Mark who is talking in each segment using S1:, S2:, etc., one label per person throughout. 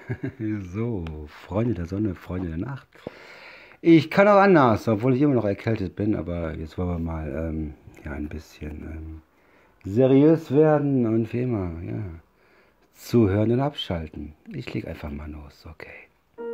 S1: So, Freunde der Sonne, Freunde der Nacht. Ich kann auch anders, obwohl ich immer noch erkältet bin, aber jetzt wollen wir mal ja, ein bisschen seriös werden und wie immer, ja, zuhören und abschalten. Ich leg einfach mal los, okay.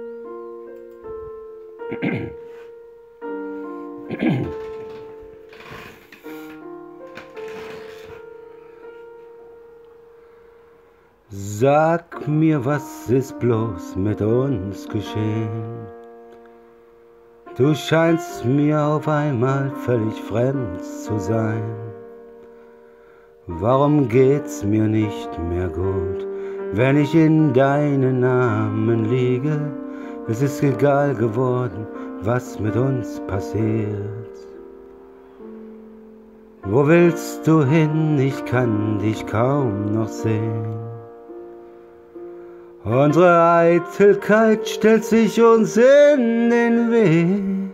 S1: Sag mir, was ist bloß mit uns geschehen? Du scheinst mir auf einmal völlig fremd zu sein. Warum geht's mir nicht mehr gut, wenn ich in deinen Armen liege? Es ist egal geworden, was mit uns passiert. Wo willst du hin? Ich kann dich kaum noch sehen. Unsere Eitelkeit stellt sich uns in den Weg.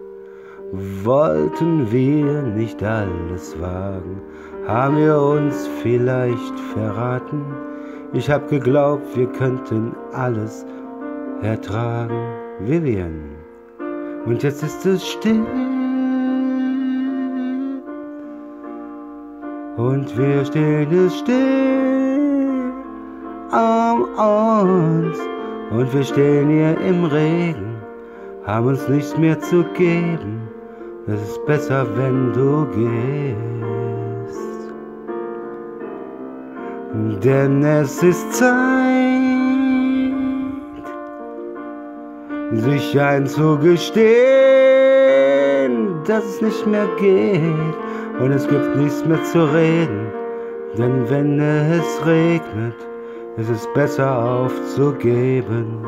S1: Wollten wir nicht alles wagen? Haben wir uns vielleicht verraten? Ich hab geglaubt, wir könnten alles ertragen, Vivian. Und jetzt ist es still. Und wir stehen es still um uns. Und wir stehen hier im Regen, haben uns nichts mehr zu geben. Es ist besser, wenn du gehst. Denn es ist Zeit, sich einzugestehen, dass es nicht mehr geht und es gibt nichts mehr zu reden. Denn wenn es regnet, ist es besser aufzugeben.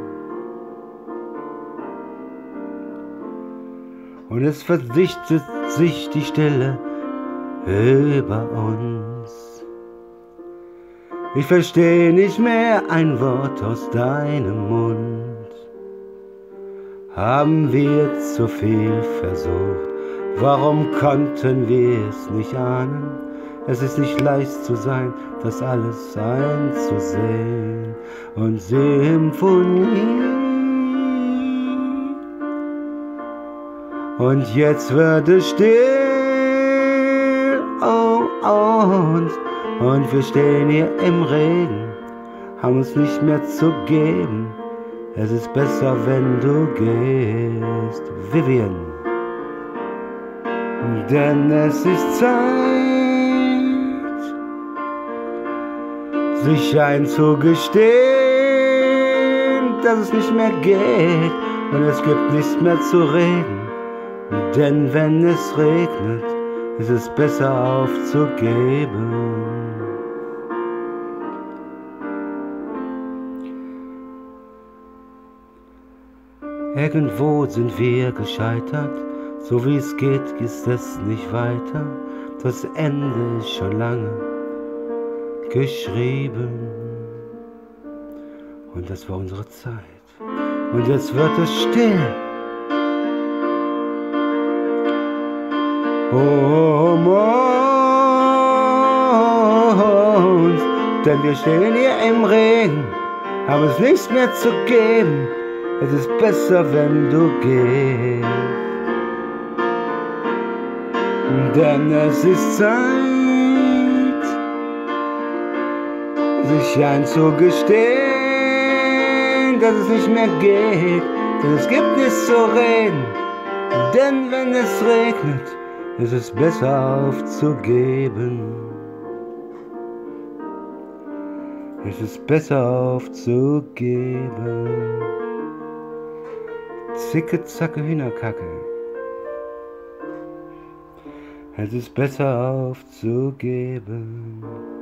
S1: Und es verdichtet sich die Stille über uns. Ich verstehe nicht mehr ein Wort aus deinem Mund. Haben wir zu viel versucht? Warum konnten wir es nicht ahnen? Es ist nicht leicht zu sein, das alles einzusehen und Symphonie. Und jetzt wird es still um uns und wir stehen hier im Regen, haben uns nicht mehr zu geben. Es ist besser, wenn du gehst, Vivian. Denn es ist Zeit, sich einzugestehen, dass es nicht mehr geht und es gibt nichts mehr zu reden. Denn wenn es regnet, ist es besser aufzugeben. Irgendwo sind wir gescheitert, so wie es geht, ist es nicht weiter. Das Ende ist schon lange geschrieben. Und das war unsere Zeit. Und jetzt wird es still. Um uns, denn wir stehen hier im Regen, haben es nichts mehr zu geben. Es ist besser, wenn du gehst. Denn es ist Zeit, sich einzugestehen, dass es nicht mehr geht, denn es gibt nichts zu reden. Denn wenn es regnet, ist es besser aufzugeben. Es ist besser aufzugeben. Zicke, zacke, Hühnerkacke. Es ist besser aufzugeben.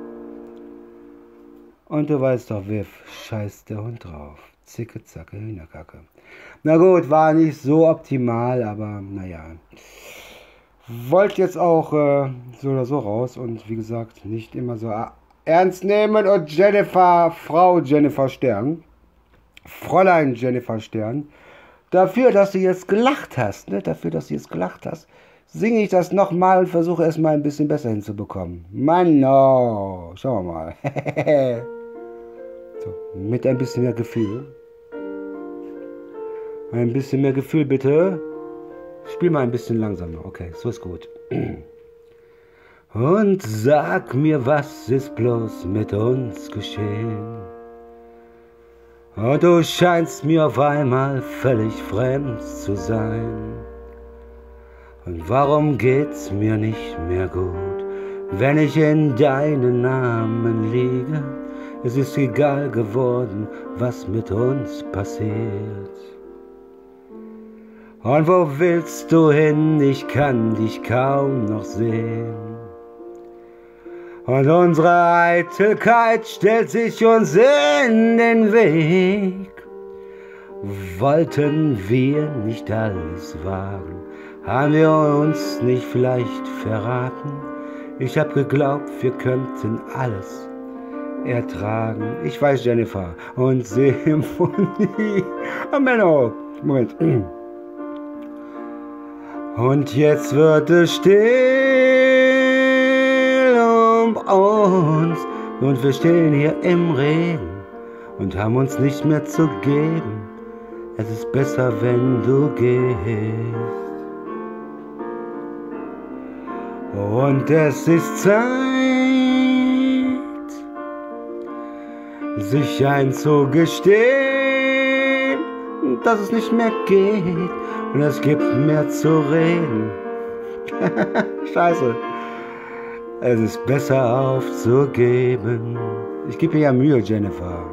S1: Und du weißt doch, wer scheißt der Hund drauf. Zicke, zacke, Hühnerkacke. Na gut, war nicht so optimal, aber naja. Wollte jetzt auch so oder so raus und wie gesagt, nicht immer so ernst nehmen. Und Jennifer, Frau Jennifer Stern, Fräulein Jennifer Stern, dafür, dass du jetzt gelacht hast, singe ich das nochmal und versuche es mal ein bisschen besser hinzubekommen. Mann, no. Schauen wir mal. So, mit ein bisschen mehr Gefühl. Ein bisschen mehr Gefühl, bitte. Spiel mal ein bisschen langsamer. Okay, so ist gut. Und sag mir, was ist bloß mit uns geschehen? Und du scheinst mir auf einmal völlig fremd zu sein. Und warum geht's mir nicht mehr gut, wenn ich in deinen Namen liege? Es ist egal geworden, was mit uns passiert. Und wo willst du hin? Ich kann dich kaum noch sehen. Und unsere Eitelkeit stellt sich uns in den Weg. Wollten wir nicht alles wagen? Haben wir uns nicht vielleicht verraten? Ich hab geglaubt, wir könnten alles ertragen. Ich weiß, Jennifer. Und Symphonie. Oh, Menno. Moment. Und jetzt wird es still um uns. Und wir stehen hier im Regen und haben uns nicht mehr zu geben. Es ist besser, wenn du gehst. Und es ist Zeit, sich einzugestehen, dass es nicht mehr geht und es gibt mehr zu reden. Scheiße. Es ist besser aufzugeben. Ich gebe mir ja Mühe, Jennifer.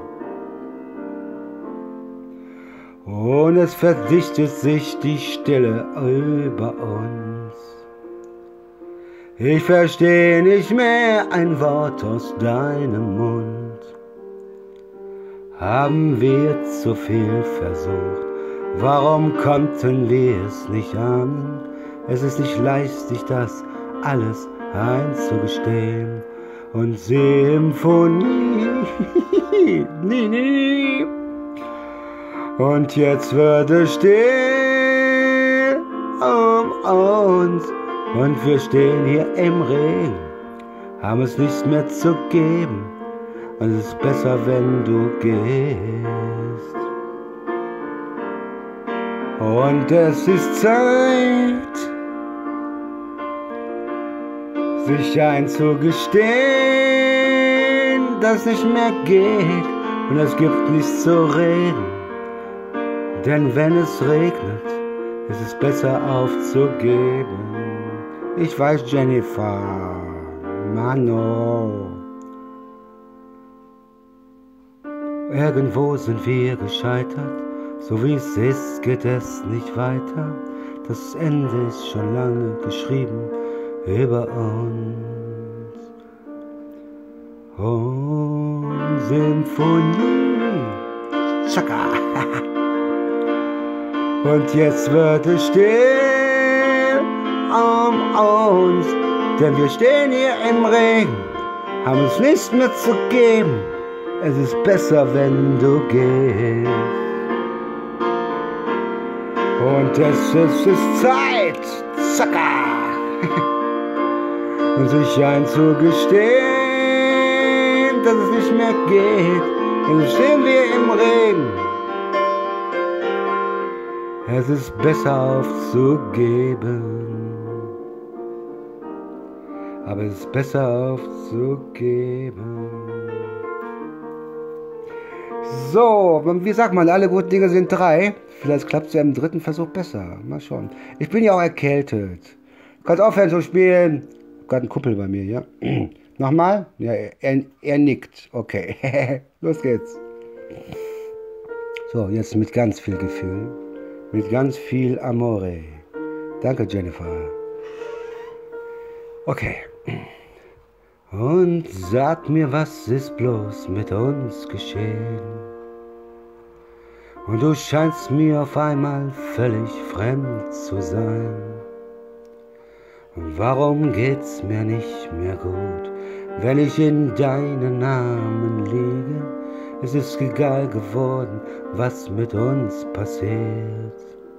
S1: Und es verdichtet sich die Stille über uns. Ich verstehe nicht mehr ein Wort aus deinem Mund. Haben wir zu viel versucht? Warum konnten wir es nicht ahnen? Es ist nicht leicht, sich das alles einzugestehen. Und Symphonie, nie. Und jetzt wird es still um uns. Und wir stehen hier im Regen, haben es nichts mehr zu geben. Und es ist besser, wenn du gehst. Und es ist Zeit, sich einzugestehen, dass es nicht mehr geht. Und es gibt nichts zu reden. Denn wenn es regnet, ist es besser aufzugeben. Ich weiß, Jennifer, Mano. Irgendwo sind wir gescheitert, so wie es ist, geht es nicht weiter. Das Ende ist schon lange geschrieben über uns. Und Symphonie, Chaka. Und jetzt wird es still um uns, denn wir stehen hier im Regen, haben uns nichts mehr zu geben. Es ist besser, wenn du gehst. Und es ist Zeit, Zacker, und sich einzugestehen, dass es nicht mehr geht. Denn stehen wir im Regen. Es ist besser aufzugeben. Aber es ist besser aufzugeben. So, wie sagt man, alle guten Dinge sind drei. Vielleicht klappt es ja im dritten Versuch besser. Mal schauen. Ich bin ja auch erkältet. Du kannst aufhören zu spielen. Gerade ein Kumpel bei mir, ja. Nochmal? Ja, er nickt. Okay. Los geht's. So, jetzt mit ganz viel Gefühl. Mit ganz viel Amore. Danke, Jennifer. Okay. Und sag mir, was ist bloß mit uns geschehen? Und du scheinst mir auf einmal völlig fremd zu sein. Und warum geht's mir nicht mehr gut, wenn ich in deinen Namen liege? Es ist egal geworden, was mit uns passiert.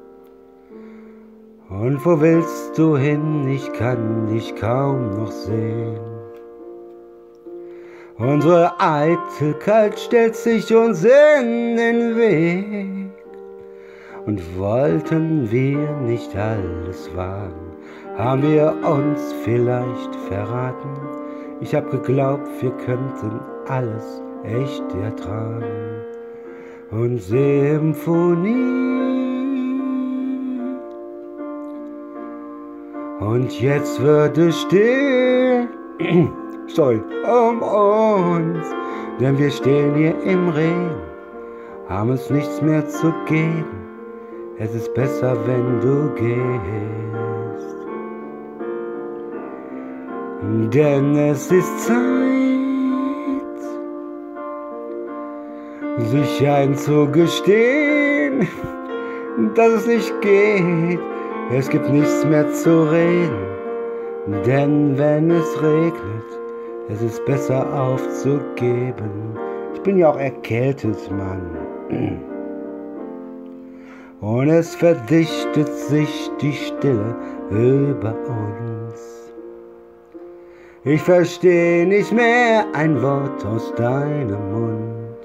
S1: Und wo willst du hin? Ich kann dich kaum noch sehen. Unsere Eitelkeit stellt sich uns in den Weg. Und wollten wir nicht alles wagen, haben wir uns vielleicht verraten. Ich hab geglaubt, wir könnten alles echt ertragen. Und Symphonie. Und jetzt wird es still, sorry, um uns, denn wir stehen hier im Regen, haben uns nichts mehr zu geben. Es ist besser, wenn du gehst, denn es ist Zeit, sich einzugestehen, dass es nicht geht. Es gibt nichts mehr zu reden, denn wenn es regnet, es ist besser aufzugeben. Ich bin ja auch erkältet, Mann. Und es verdichtet sich die Stille über uns. Ich verstehe nicht mehr ein Wort aus deinem Mund.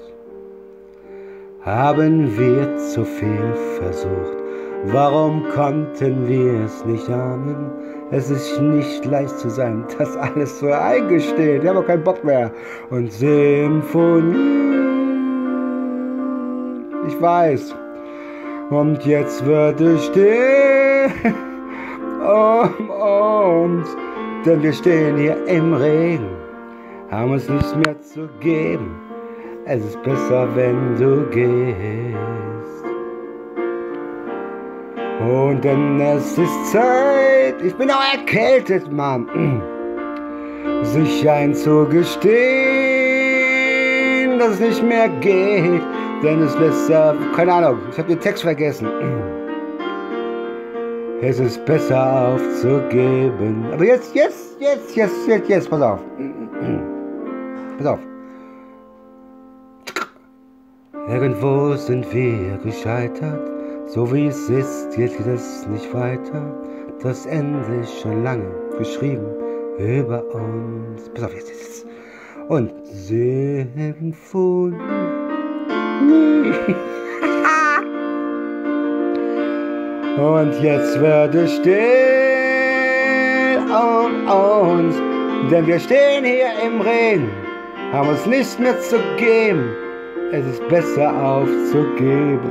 S1: Haben wir zu viel versucht? Warum konnten wir es nicht ahnen? Es ist nicht leicht zu sein, das alles so eingesteht. Ich habe keinen Bock mehr. Und Symphonie, ich weiß. Und jetzt wird es still um uns, denn wir stehen hier im Regen, haben uns nichts mehr zu geben. Es ist besser, wenn du gehst. Und denn es ist Zeit, ich bin auch erkältet, Mann, sich einzugestehen, dass es nicht mehr geht. Denn es ist besser, keine Ahnung, ich habe den Text vergessen. Es ist besser aufzugeben. Aber jetzt, pass auf. Pass auf. Irgendwo sind wir gescheitert, so wie es ist, geht es nicht weiter. Das Ende ist schon lange geschrieben über uns. Pass auf, jetzt. Und Symphonie. Und jetzt wird es still um uns, denn wir stehen hier im Regen, haben uns nichts mehr zu geben. Es ist besser aufzugeben.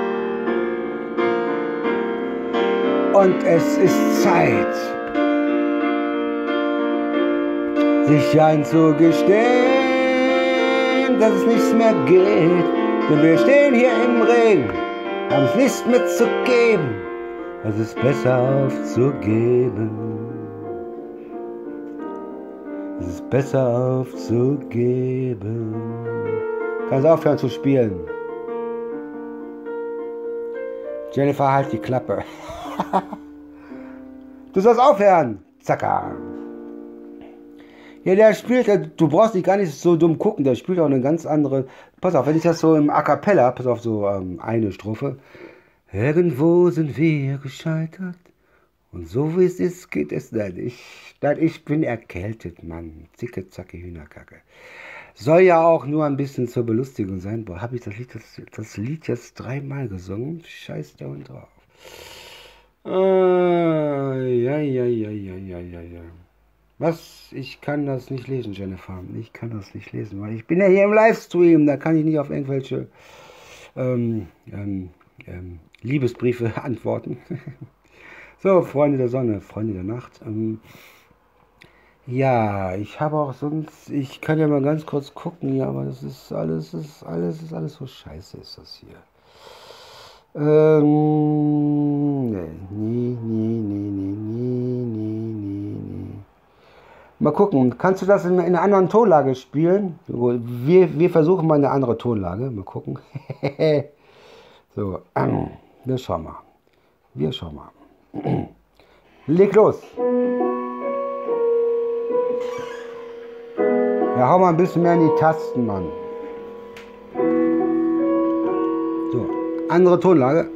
S1: Und es ist Zeit, sich einzugestehen, dass es nichts mehr geht. Denn wir stehen hier im Regen, haben es nichts mehr zu geben. Es ist besser aufzugeben. Es ist besser aufzugeben. Kannst aufhören zu spielen. Jennifer, halt die Klappe. Du sollst aufhören. Zacker. Ja, der spielt, du brauchst dich gar nicht so dumm gucken, der spielt auch eine ganz andere. Pass auf, wenn ich das so im A Cappella, pass auf, so eine Strophe. Irgendwo sind wir gescheitert und so wie es ist, geht es nicht. Ich bin erkältet, Mann. Zicke, zacke, Hühnerkacke. Soll ja auch nur ein bisschen zur Belustigung sein. Boah, habe ich das Lied jetzt 3-mal gesungen? Scheiß der Hund drauf. Ja. Was? Ich kann das nicht lesen, Jennifer. Ich kann das nicht lesen, weil ich bin ja hier im Livestream. Da kann ich nicht auf irgendwelche Liebesbriefe antworten. So, Freunde der Sonne, Freunde der Nacht. Ja, ich habe auch sonst, ich kann ja mal ganz kurz gucken, ja, aber das ist alles so scheiße ist das hier. Nee. Mal gucken, kannst du das in einer anderen Tonlage spielen? Wir versuchen mal eine andere Tonlage, mal gucken. So, wir schauen mal. Leg los. Ja, hau mal ein bisschen mehr in die Tasten, Mann. So, andere Tonlage.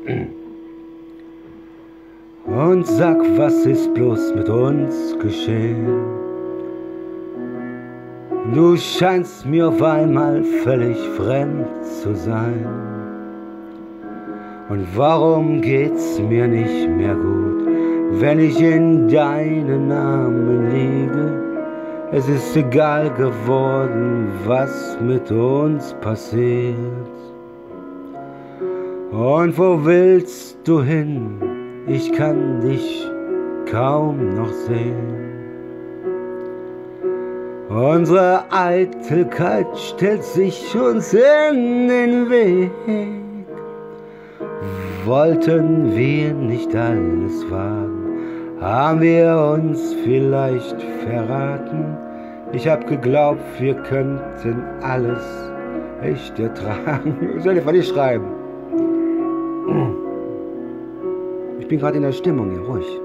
S1: Und sag, was ist bloß mit uns geschehen? Du scheinst mir auf einmal völlig fremd zu sein. Und warum geht's mir nicht mehr gut, wenn ich in deinen Armen liege? Es ist egal geworden, was mit uns passiert. Und wo willst du hin? Ich kann dich kaum noch sehen. Unsere Eitelkeit stellt sich uns in den Weg. Wollten wir nicht alles wagen? Haben wir uns vielleicht verraten? Ich hab geglaubt, wir könnten alles echt ertragen. Soll ich nicht schreiben? Ich bin gerade in der Stimmung hier, ruhig.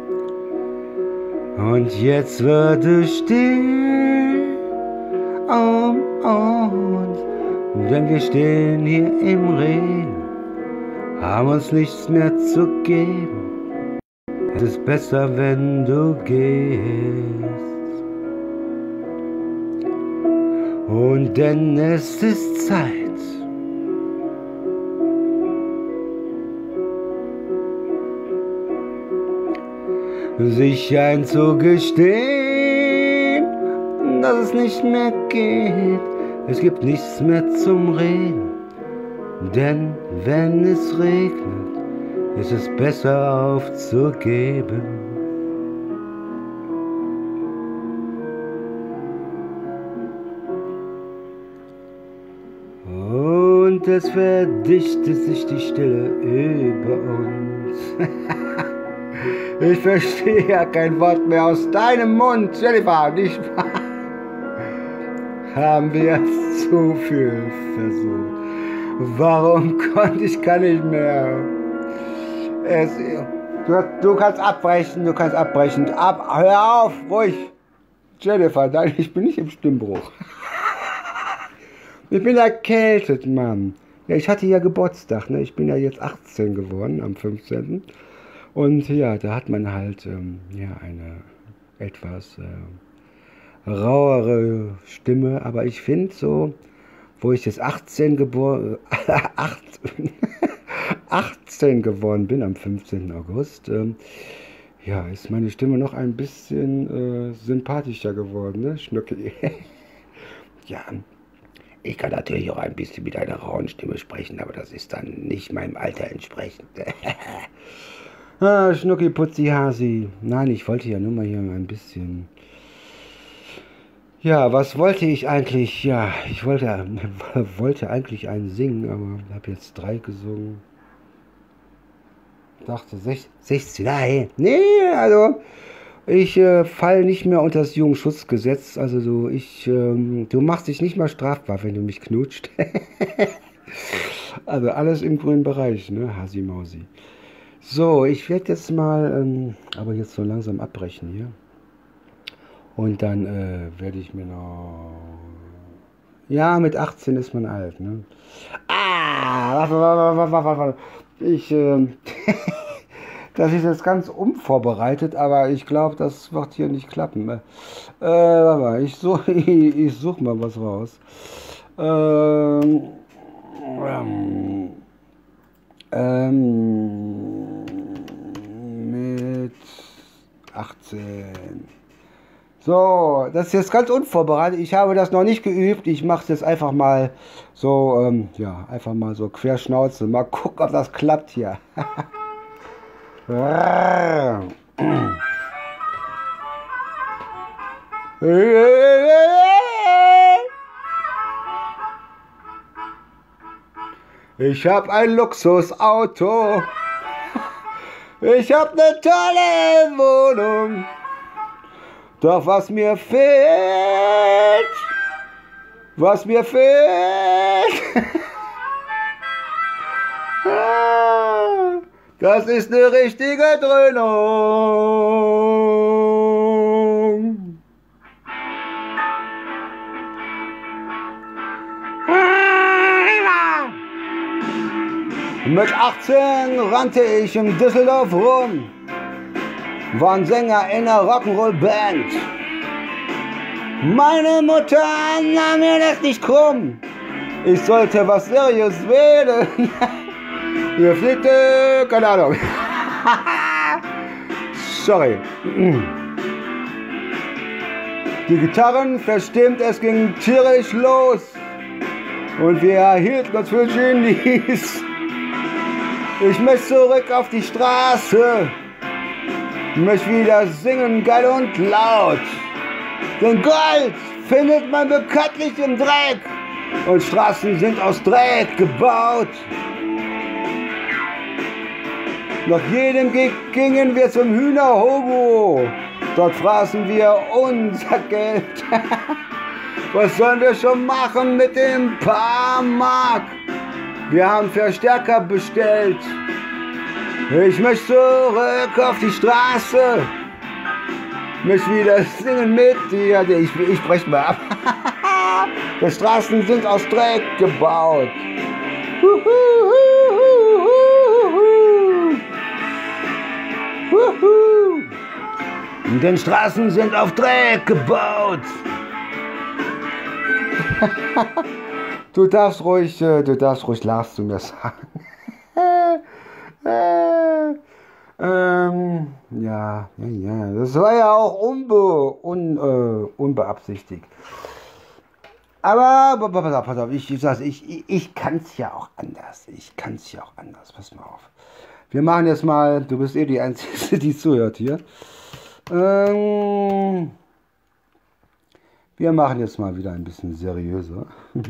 S1: Und jetzt wird es still um uns, denn wir stehen hier im Regen, haben uns nichts mehr zu geben. Es ist besser, wenn du gehst. Und denn es ist Zeit, sich einzugestehen, dass es nicht mehr geht. Es gibt nichts mehr zum Reden, denn wenn es regnet, ist es besser aufzugeben. Und es verdichtet sich die Stille über uns. Ich verstehe ja kein Wort mehr aus deinem Mund, Jennifer, nicht wahr? Haben wir zu viel versucht? Warum konnte ich gar nicht mehr? Du kannst abbrechen, hör auf, ruhig. Jennifer, nein, ich bin nicht im Stimmbruch. Ich bin erkältet, Mann. Ja, ich hatte ja Geburtstag, ne? Ich bin ja jetzt 18 geworden, am 15. Und ja, da hat man halt eine etwas rauere Stimme. Aber ich finde so, wo ich jetzt 18 geworden bin, am 15. August, ja, ist meine Stimme noch ein bisschen sympathischer geworden, ne, Schnucki? Ja, ich kann natürlich auch ein bisschen mit einer rauen Stimme sprechen, aber das ist dann nicht meinem Alter entsprechend. Ah, Schnucki, Putzi, Hasi. Nein, ich wollte ja nur mal hier ein bisschen... Ja, was wollte ich eigentlich? Ja, ich wollte eigentlich einen singen, aber habe jetzt 3 gesungen. Dachte 16, nein, nee, also ich falle nicht mehr unter das Jugendschutzgesetz. Also du machst dich nicht mal strafbar, wenn du mich knutscht. Also alles im grünen Bereich, ne, Hasi Mausi. So, ich werde jetzt mal, aber jetzt so langsam abbrechen hier. Und dann werde ich mir noch... Ja, mit 18 ist man alt, ne? Ah, warte. Das ist jetzt ganz unvorbereitet, aber ich glaube, das wird hier nicht klappen. Warte, ich such mal was raus. Mit 18. So, das ist jetzt ganz unvorbereitet. Ich habe das noch nicht geübt. Ich mache es jetzt einfach mal so, ja, einfach mal so querschnauze. Mal gucken, ob das klappt hier. Ich hab ein Luxusauto. Ich hab ne tolle Wohnung. Doch was mir fehlt, das ist eine richtige Dröhnung. Mit 18 rannte ich in Düsseldorf rum, war ein Sänger in einer Rock'n'Roll-Band. Meine Mutter nahm mir das nicht krumm. Ich sollte was Seriös wählen. Hier fliegt, keine Ahnung. Sorry. Die Gitarren verstimmt, es ging tierisch los. Und wir erhielten uns für Genies. Ich möchte zurück auf die Straße. Möchte wieder singen, geil und laut. Denn Gold findet man bekanntlich im Dreck. Und Straßen sind aus Dreck gebaut. Nach jedem Gig gingen wir zum Hühnerhogo. Dort fraßen wir unser Geld. Was sollen wir schon machen mit dem paar Mark? Wir haben Verstärker bestellt. Ich möchte zurück auf die Straße. Möchte wieder singen mit dir. Ich brech mal ab. Die Straßen sind aus Dreck gebaut. Denn Straßen sind auf Dreck gebaut. Du darfst ruhig Lars zu mir sagen. Ja, das war ja auch unbeabsichtigt. Aber pass auf, ich kann es ja auch anders. Pass mal auf. Wir machen jetzt mal, du bist die Einzige, die zuhört hier. Wir machen jetzt mal wieder ein bisschen seriöser.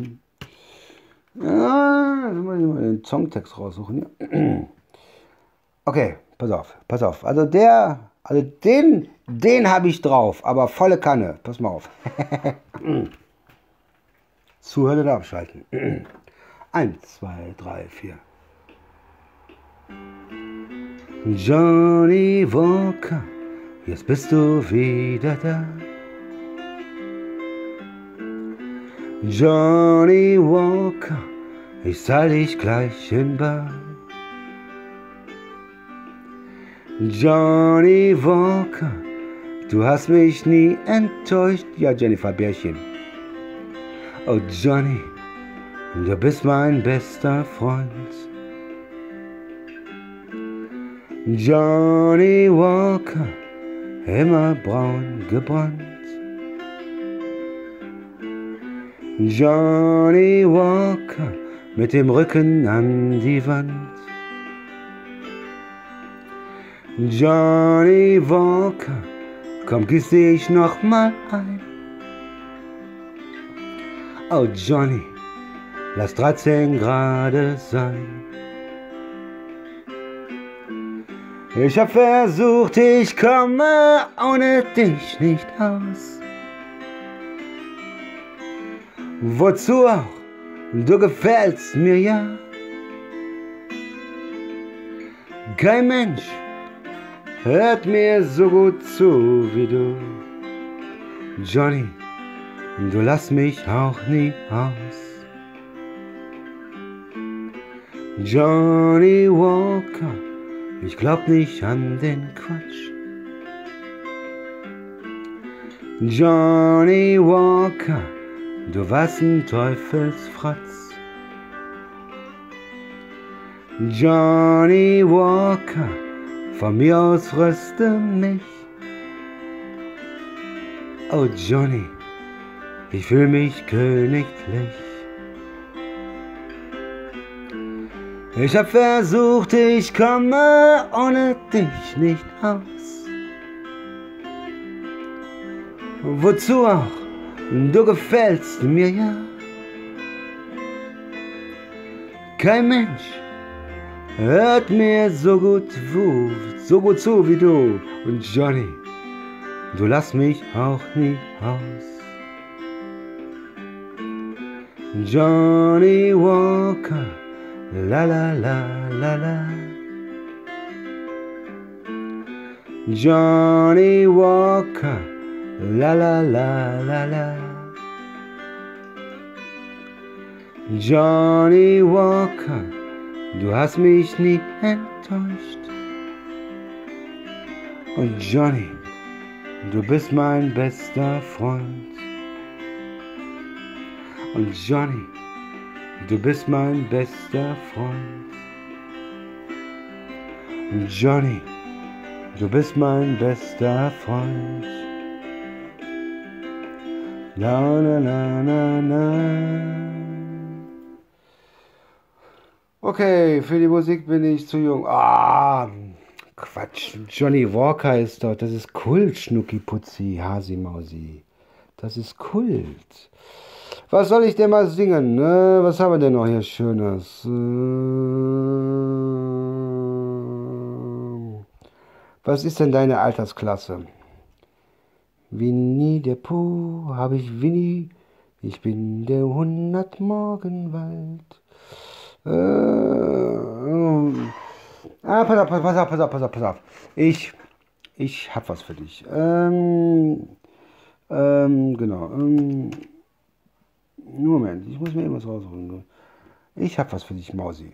S1: Ja, jetzt muss ich mal den Songtext raussuchen hier. Okay, pass auf. Also den habe ich drauf, aber volle Kanne. Pass mal auf. Zuhören oder abschalten. 1, 2, 3, 4. Johnny Walker, jetzt bist du wieder da. Johnny Walker, ich zahl dich gleich in Bar. Johnny Walker, du hast mich nie enttäuscht. Ja, Jennifer Bärchen. Oh Johnny, du bist mein bester Freund. Johnny Walker, immer braun gebrannt. Johnny Walker, mit dem Rücken an die Wand. Johnny Walker, komm, gieß dich noch mal ein. Oh Johnny, lass 13 Grad sein. Ich hab versucht, ich komme ohne dich nicht aus. Wozu auch, du gefällst mir ja. Kein Mensch hört mir so gut zu wie du. Johnny, du lass mich auch nie aus. Johnny Walker, ich glaub nicht an den Quatsch. Johnny Walker, du warst ein Teufelsfratz. Johnny Walker, von mir aus röste mich. Oh Johnny, ich fühl mich königlich. Ich hab versucht, ich komme ohne dich nicht aus. Wozu auch, du gefällst mir ja. Kein Mensch hört mir so gut zu wie du. Und Johnny, du lass mich auch nie aus. Johnny Walker, la la la la la. Johnny Walker, la la la la la. Johnny Walker, du hast mich nie enttäuscht. Und Johnny, du bist mein bester Freund. Und Johnny, du bist mein bester Freund. Und Johnny, du bist mein bester Freund. La la la la la. Okay, für die Musik bin ich zu jung. Ah, Quatsch. Johnny Walker ist dort. Das ist Kult, Schnucki Putzi, Hasi Mausi. Das ist Kult. Was soll ich denn mal singen? Was haben wir denn noch hier Schönes? Was ist denn deine Altersklasse? Winnie der Pooh, habe ich Winnie. Ich bin der 100-Morgenwald. Pass auf. Ich hab was für dich. Genau. Moment, ich muss mir irgendwas rausholen. Ich hab was für dich, Mausi.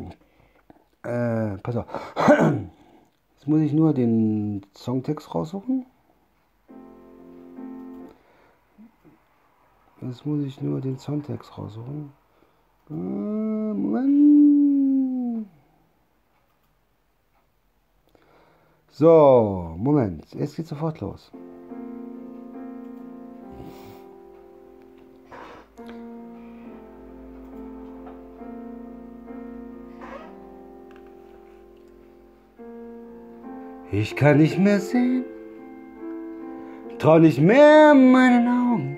S1: Pass auf. Jetzt muss ich nur den Songtext raussuchen. Moment. So, Moment. Jetzt geht's sofort los. Ich kann nicht mehr sehen, trau nicht mehr meinen Augen,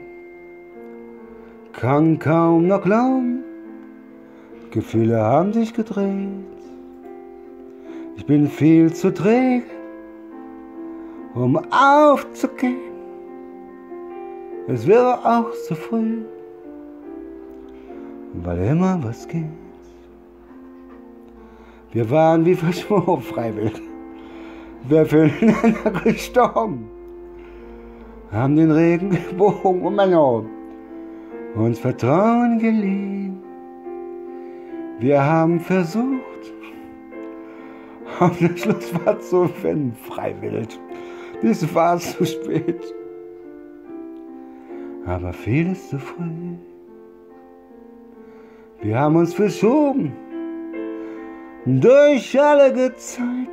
S1: kann kaum noch glauben, Gefühle haben sich gedreht. Ich bin viel zu träge, um aufzugehen. Es wäre auch zu früh, weil immer was geht. Wir waren wie verschworen freiwillig. Wir füreinander gestorben, haben den Regenbogen um mein Auge uns Vertrauen geliehen. Wir haben versucht, auf den Schlussfahrt zu finden, freiwillig. Dies war zu spät, aber vieles zu früh. Wir haben uns verschoben durch alle Gezeiten,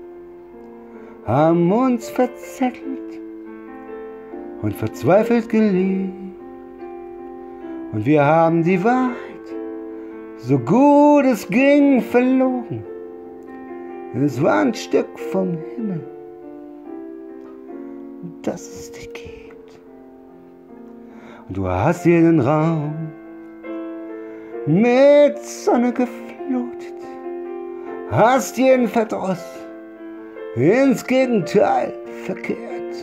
S1: haben uns verzettelt und verzweifelt geliebt. Und wir haben die Wahrheit, so gut es ging, verloren. Es war ein Stück vom Himmel, das es dich gibt. Und du hast jeden Raum mit Sonne geflutet, hast jeden Verdruss ins Gegenteil verkehrt.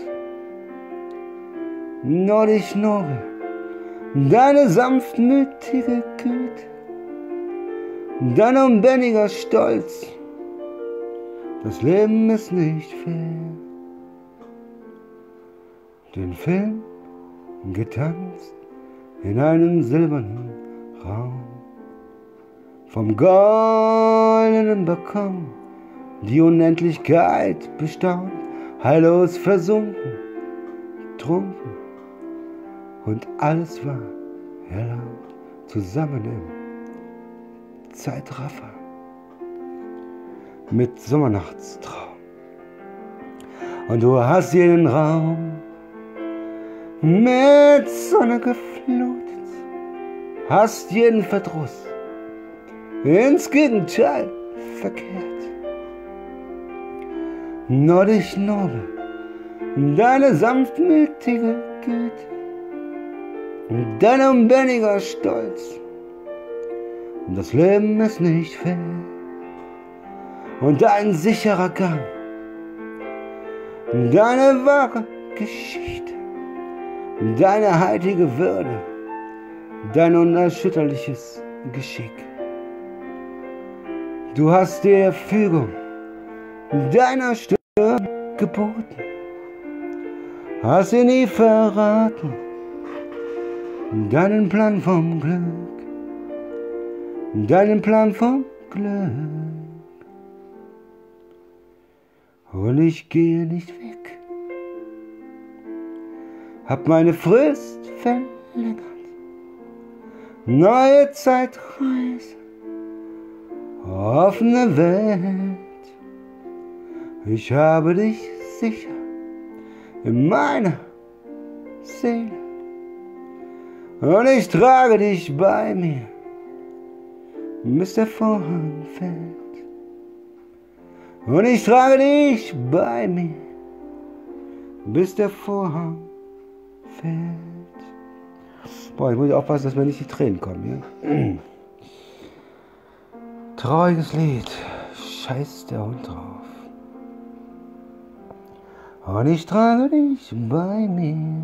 S1: Nur dich nobel, deine sanftmütige Güte, dein unbändiger Stolz. Das Leben ist nicht fair. Den Film getanzt in einen silbernen Raum, vom goldenen Balkon die Unendlichkeit bestaunt, heillos versunken, trunken, und alles war erlaubt, zusammen im Zeitraffer mit Sommernachtstraum. Und du hast jeden Raum mit Sonne geflutet, hast jeden Verdruss ins Gegenteil verkehrt. Nur dich nobel, deine sanftmütige Güte, dein unbändiger Stolz. Das Leben ist nicht fair. Und dein sicherer Gang, deine wahre Geschichte, deine heilige Würde, dein unerschütterliches Geschick. Du hast dir Fügung deiner Stirn geboten, hast sie nie verraten, deinen Plan vom Glück, deinen Plan vom Glück. Und ich gehe nicht weg, hab meine Frist verlängert, neue Zeitreise, offene Welt. Ich habe dich sicher in meiner Seele und ich trage dich bei mir, bis der Vorhang fällt. Und ich trage dich bei mir, bis der Vorhang fällt. Boah, ich muss aufpassen, dass mir nicht die Tränen kommen, ja? Trauriges Lied, scheiß der Hund drauf. Und ich trage dich bei mir.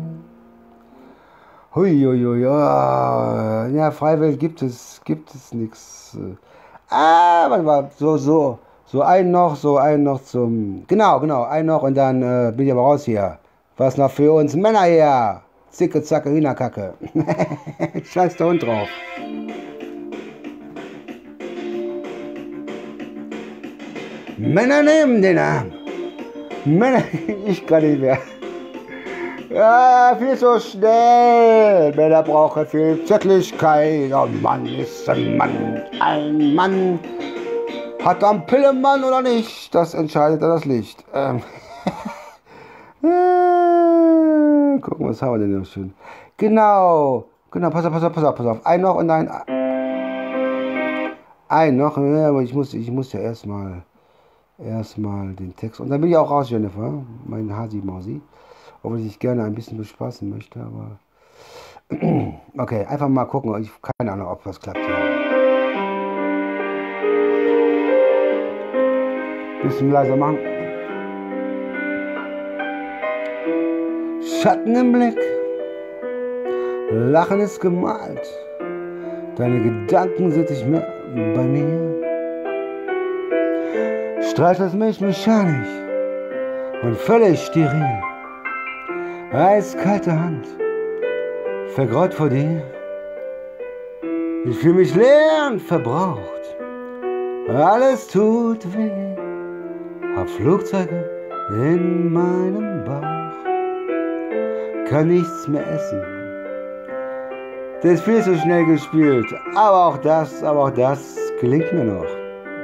S1: Huiuiui, ja, Freiwelt gibt es nichts. Warte mal, so einen noch zum, genau, einen noch und dann bin ich aber raus hier. Was noch für uns Männer hier? Zicke, zacke, Hühnerkacke. Scheiß der Hund drauf. Männer nehmen den Arm. Männer, ich kann nicht mehr. Ja, viel zu schnell. Männer brauchen viel Zärtlichkeit. Oh Mann, ist ein Mann. Ein Mann. Hat er einen Pillemann oder nicht? Das entscheidet das Licht. Gucken, was haben wir denn noch schön? Genau, pass auf. Ein noch und ein noch, ja, aber ich muss ja erstmal den Text. Und dann bin ich auch raus, Jennifer, mein Hasi-Mausi. Obwohl ich dich gerne ein bisschen bespaßen möchte, aber... Okay, einfach mal gucken. Ich keine Ahnung, ob was klappt hier. Bisschen leiser machen. Schatten im Blick. Lachen ist gemalt. Deine Gedanken sind nicht mehr bei mir. Streichelst mich mechanisch und völlig steril. Eiskalte Hand, vergraut vor dir. Ich fühle mich leer und verbraucht. Alles tut weh. Hab Flugzeuge in meinem Bauch. Kann nichts mehr essen. Das ist viel zu schnell gespielt. Aber auch das gelingt mir noch.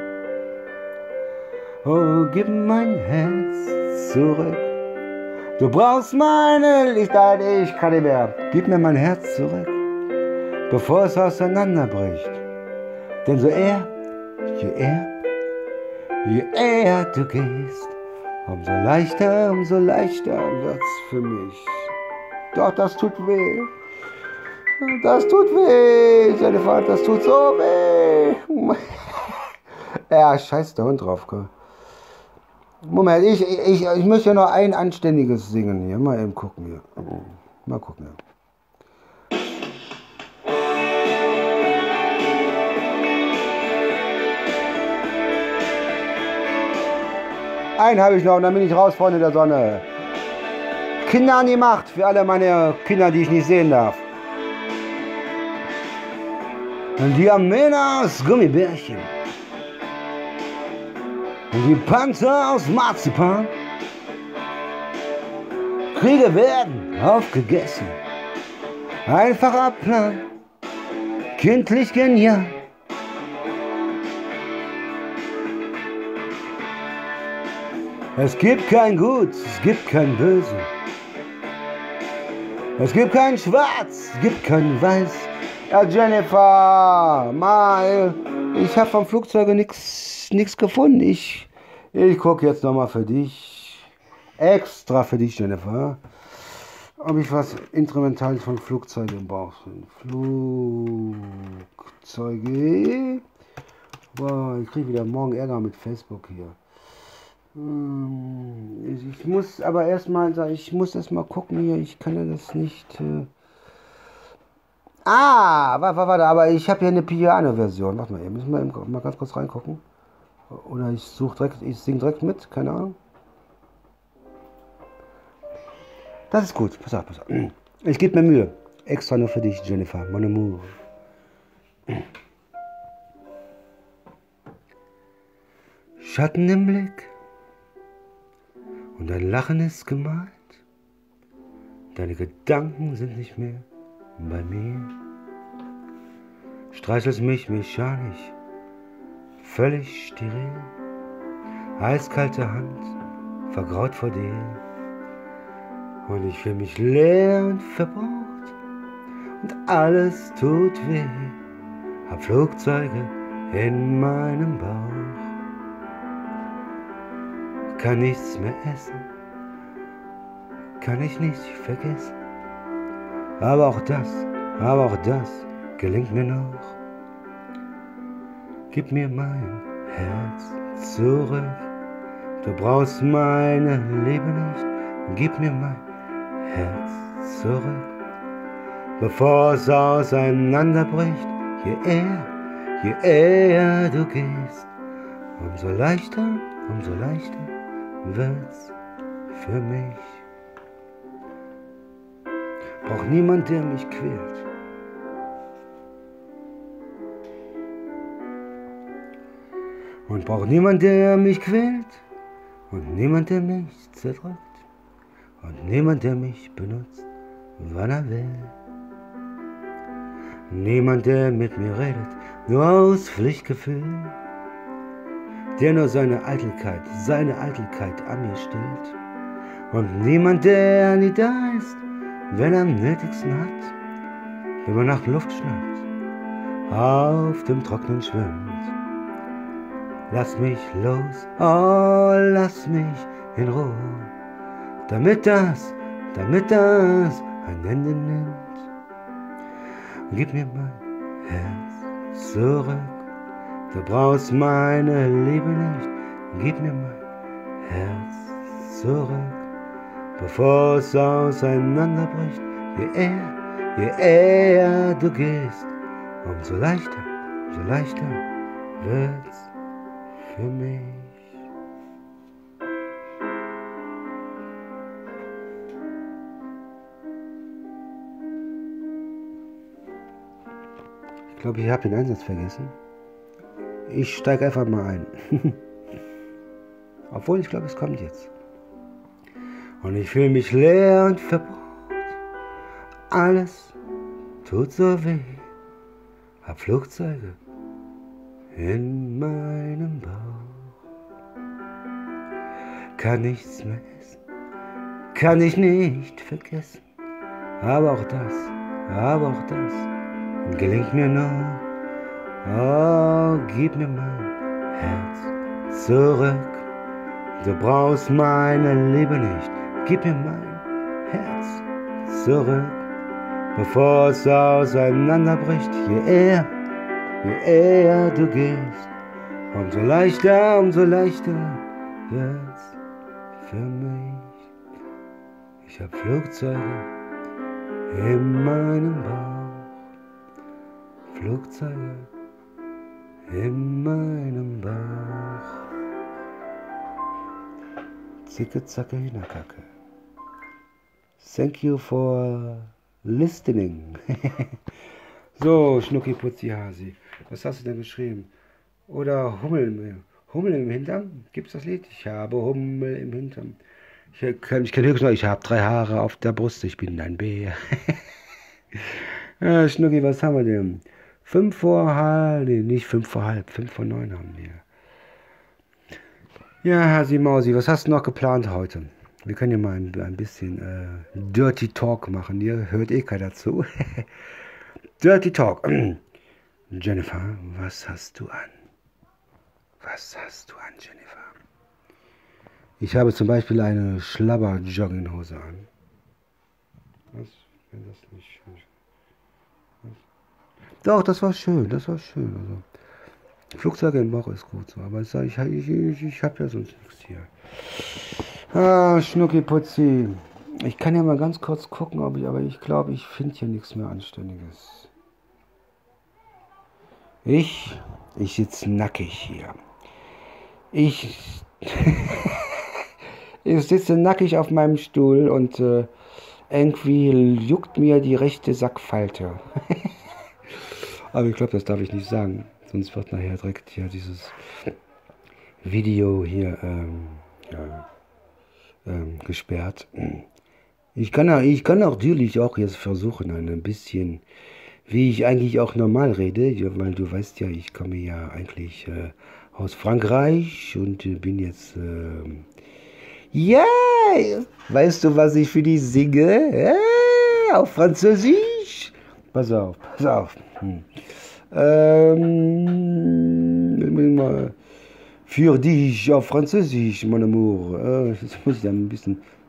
S1: Oh, gib mein Herz zurück. Du brauchst meine Lichter, ich kann nicht mehr. Gib mir mein Herz zurück, bevor es auseinanderbricht. Denn je eher du gehst, umso leichter wird's für mich. Doch das tut weh. Das tut weh, Jennifer, das tut so weh. Ja, scheiß der Hund drauf. Moment, ich muss ja noch ein anständiges singen hier. Mal eben gucken hier. Mal gucken hier. Einen habe ich noch und dann bin ich raus, Freunde der Sonne. Kinder an die Macht für alle meine Kinder, die ich nicht sehen darf. Und die Männer aus Gummibärchen. Und die Panzer aus Marzipan. Kriege werden aufgegessen. Einfacher Plan. Kindlich genial. Es gibt kein Gut, es gibt kein Böse. Es gibt kein Schwarz, es gibt kein Weiß. Ja, Jennifer, mal, ich habe vom Flugzeug nichts gefunden. Ich gucke jetzt nochmal für dich, extra für dich, Jennifer, ob ich was Instrumentales von Flugzeugen im Bauch finde. Flugzeuge. Boah, ich kriege wieder morgen Ärger mit Facebook hier. Ich muss aber erstmal gucken hier. Ich kann ja das nicht. Warte, aber ich habe hier eine Piano-Version. Warte mal, hier müssen wir mal ganz kurz reingucken. Oder ich singe direkt mit, keine Ahnung. Das ist gut, pass auf. Ich gebe mir Mühe. Extra nur für dich, Jennifer, mon amour. Schatten im Blick. Und dein Lachen ist gemalt. Deine Gedanken sind nicht mehr bei mir. streichelst mich mechanisch, völlig steril, eiskalte Hand, vergraut vor dir. Und ich fühl mich leer und verbraucht und alles tut weh. Hab Flugzeuge in meinem Bauch, kann nichts mehr essen, kann ich nicht vergessen. Aber auch das gelingt mir noch. Gib mir mein Herz zurück, du brauchst meine Liebe nicht. Gib mir mein Herz zurück, bevor es auseinanderbricht. Je eher du gehst, umso leichter wird's für mich. Brauch niemand, der mich quält. Und brauch niemand, der mich quält. Und niemand, der mich zerdrückt. Und niemand, der mich benutzt, wann er will. Niemand, der mit mir redet, nur aus Pflichtgefühl. Der nur seine Eitelkeit an mir stillt. Und niemand, der nie da ist, wenn er am nötigsten hat, wenn man nach Luft schnappt, auf dem Trocknen schwimmt. Lass mich los, oh, lass mich in Ruhe, damit das ein Ende nimmt. Gib mir mein Herz zurück, du brauchst meine Liebe nicht. Gib mir mein Herz zurück, bevor es auseinanderbricht. Je eher du gehst, umso leichter wird's für mich. Ich glaube, ich habe den Einsatz vergessen. Ich steige einfach mal ein. Obwohl, ich glaube, es kommt jetzt. Und ich fühle mich leer und verbraucht. Alles tut so weh. Hab Flugzeuge in meinem Bauch. Kann nichts mehr essen, kann ich nicht vergessen. Aber auch das gelingt mir nur. Oh, gib mir mein Herz zurück. Du brauchst meine Liebe nicht. Gib mir mein Herz zurück, bevor es auseinanderbricht. Je eher du gehst, umso leichter wird's für mich. Ich hab Flugzeuge in meinem Bauch, Flugzeuge in meinem Bauch. Zicke, zacke, Hühnerkacke. Thank you for listening. So, Schnucki, Putzi, Hasi. Was hast du denn geschrieben? Oder Hummel im Hintern? Gibt's das Lied? Ich habe Hummel im Hintern. Ich kann höchstens noch, ich habe 3 Haare auf der Brust, ich bin ein Bär. Ja, Schnucki, was haben wir denn? 5 vor halb, nee, nicht 5 vor halb, 5 vor 9 haben wir. Ja, Hasi Mausi, was hast du noch geplant heute? Wir können ja mal ein bisschen Dirty Talk machen, hier hört eh keiner zu. Dirty Talk. Jennifer, was hast du an? Was hast du an, Jennifer? Ich habe zum Beispiel eine Schlabber-Jogginghose an. Was? Wenn das nicht schön ist. Doch, das war schön, Also, Flugzeuge im Bauch ist gut so, aber ich habe ja sonst nichts hier. Ah, Schnucki Putzi. Ich kann ja mal ganz kurz gucken, aber ich glaube, ich finde hier nichts mehr Anständiges. Ich sitze nackig hier. Ich sitze nackig auf meinem Stuhl und irgendwie juckt mir die rechte Sackfalte. Aber ich glaube, das darf ich nicht sagen. Sonst wird nachher direkt hier dieses Video hier gesperrt. Ich kann natürlich auch jetzt versuchen, ein bisschen wie ich eigentlich auch normal rede, ja, weil du weißt ja, ich komme ja eigentlich aus Frankreich und bin jetzt, ja, weißt du, was ich für die singe? Auf Französisch? Pass auf, pass auf. Für dich auf Französisch, mon amour. Das muss ich dann ein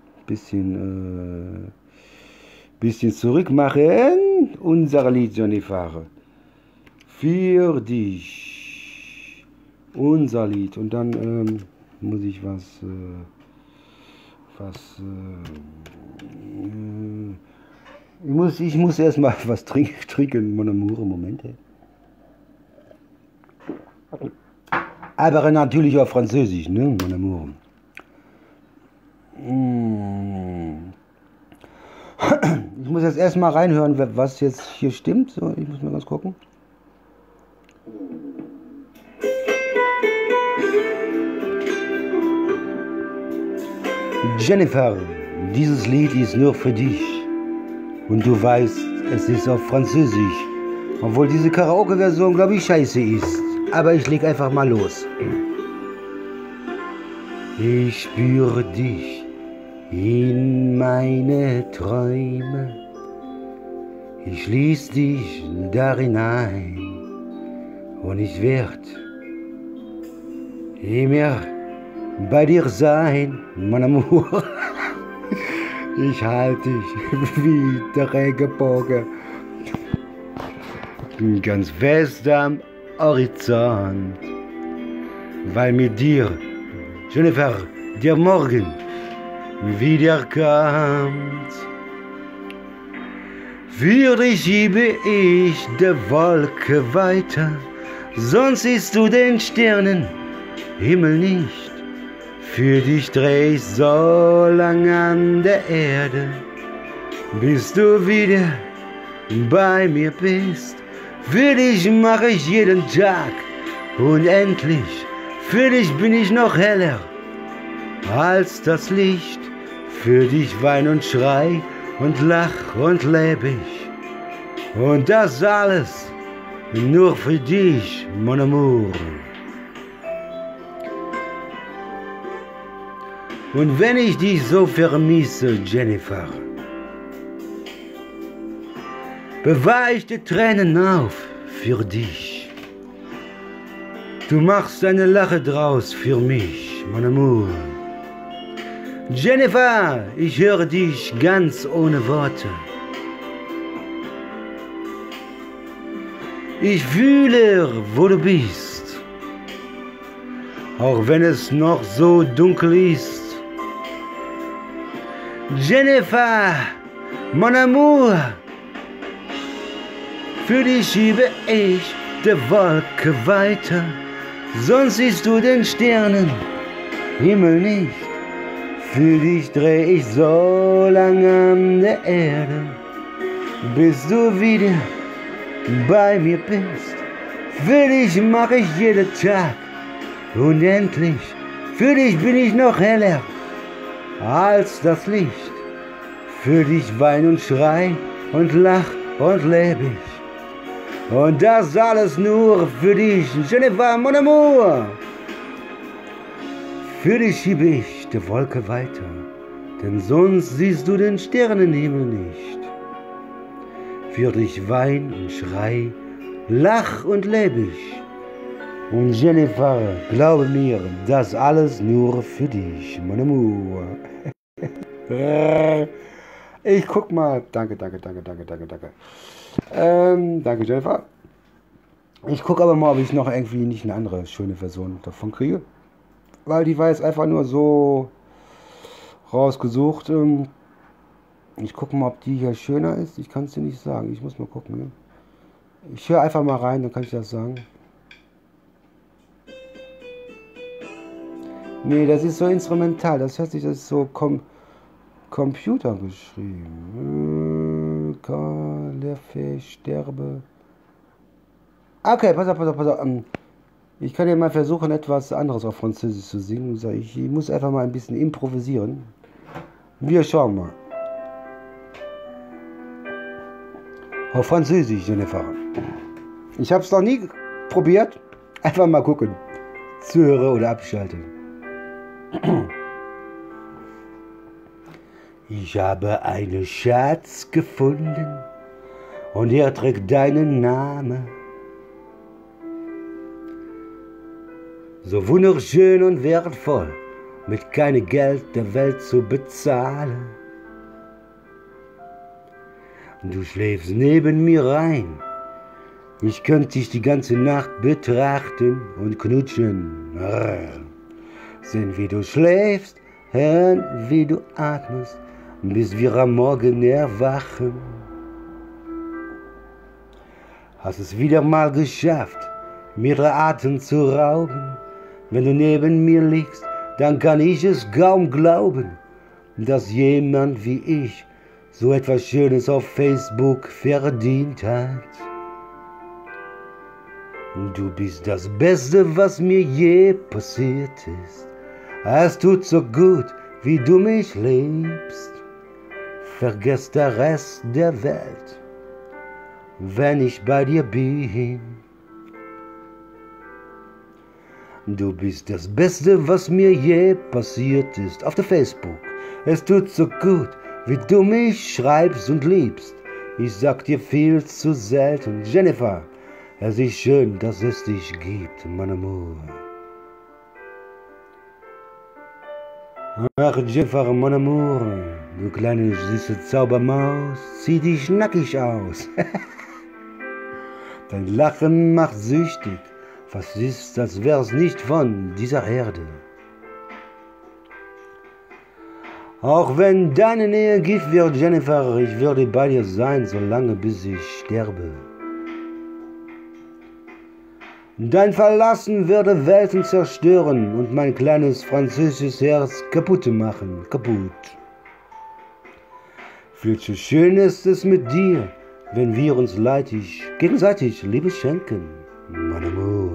S1: bisschen zurück machen. Unser Lied, Jennifer. Für dich. Unser Lied. Und dann muss ich ich muss erstmal was trinken, mon amour, Moment. Aber natürlich auf Französisch, ne, mon amour. Ich muss jetzt erstmal reinhören, was jetzt hier stimmt. So, ich muss mal ganz gucken. Jennifer, dieses Lied ist nur für dich. Und du weißt, es ist auf Französisch. Obwohl diese Karaoke-Version, glaube ich, scheiße ist. Aber ich leg einfach mal los. Ich spüre dich in meine Träume. Ich schließ dich darin ein. Und ich werd immer bei dir sein, mon amour. Ich halte dich wie der Regenbogen, ganz fest am Horizont, weil mit dir, Jennifer, der Morgen wieder kommt. Für dich schiebe ich der Wolke weiter, sonst siehst du den Sternenhimmel nicht. Für dich dreh ich so lang an der Erde, bis du wieder bei mir bist. Für dich mache ich jeden Tag unendlich. Für dich bin ich noch heller als das Licht. Für dich wein und schrei und lach und lebe ich. Und das alles nur für dich, mon amour. Und wenn ich dich so vermisse, Jennifer, bewahr ich die Tränen auf für dich. Du machst eine Lache draus für mich, mon amour. Jennifer, ich höre dich ganz ohne Worte. Ich fühle, wo du bist, auch wenn es noch so dunkel ist. Jennifer, mon amour, für dich schiebe ich die Wolke weiter, sonst siehst du den Sternenhimmel nicht. Für dich dreh ich so lang an der Erde, bis du wieder bei mir bist. Für dich mache ich jeden Tag unendlich. Für dich bin ich noch heller als das Licht. Für dich wein und schrei und lach und lebe ich. Und das alles nur für dich, Jennifer, mon amour. Für dich schiebe ich die Wolke weiter, denn sonst siehst du den Sternenhimmel nicht. Für dich wein und schrei, lach und lebe ich. Und Jennifer, glaube mir, das alles nur für dich, mon amour. Ich guck mal. Danke. Danke, Jennifer. Ich gucke aber mal, ob ich noch irgendwie nicht eine andere schöne Version davon kriege. Weil die war jetzt einfach nur so rausgesucht. Ich gucke mal, ob die hier schöner ist. Ich kann es dir nicht sagen. Ich muss mal gucken. Ne? Ich höre einfach mal rein, dann kann ich das sagen. Nee, das ist so instrumental. Das hört sich, das ist so Computer geschrieben. Sterbe. Okay, pass auf. Ich kann ja mal versuchen, etwas anderes auf Französisch zu singen. Ich muss einfach mal ein bisschen improvisieren. Wir schauen mal. Auf Französisch, Jennifer. Ich habe es noch nie probiert. Einfach mal gucken. Zuhören oder abschalten. Ich habe einen Schatz gefunden und er trägt deinen Namen. So wunderschön und wertvoll, mit keinem Geld der Welt zu bezahlen. Du schläfst neben mir ein. Ich könnte dich die ganze Nacht betrachten und knutschen. Sehen, wie du schläfst, hören, wie du atmest, bis wir am Morgen erwachen. Hast es wieder mal geschafft, mir den Atem zu rauben. Wenn du neben mir liegst, dann kann ich es kaum glauben, dass jemand wie ich so etwas Schönes auf Facebook verdient hat. Du bist das Beste, was mir je passiert ist. Es tut so gut, wie du mich liebst. Vergiss den Rest der Welt, wenn ich bei dir bin. Du bist das Beste, was mir je passiert ist auf der Facebook. Es tut so gut, wie du mich schreibst und liebst. Ich sag dir viel zu selten, Jennifer, es ist schön, dass es dich gibt, mon amour. Ach, Jennifer, mon amour, du kleine süße Zaubermaus, zieh dich nackig aus. Dein Lachen macht süchtig. Was ist, als wär's nicht von dieser Erde. Auch wenn deine Nähe Gift wird, Jennifer, ich würde bei dir sein, solange bis ich sterbe. Dein Verlassen würde Welten zerstören und mein kleines französisches Herz kaputt machen, kaputt. Viel zu schön ist es mit dir, wenn wir uns gegenseitig Liebe schenken. Mon amour.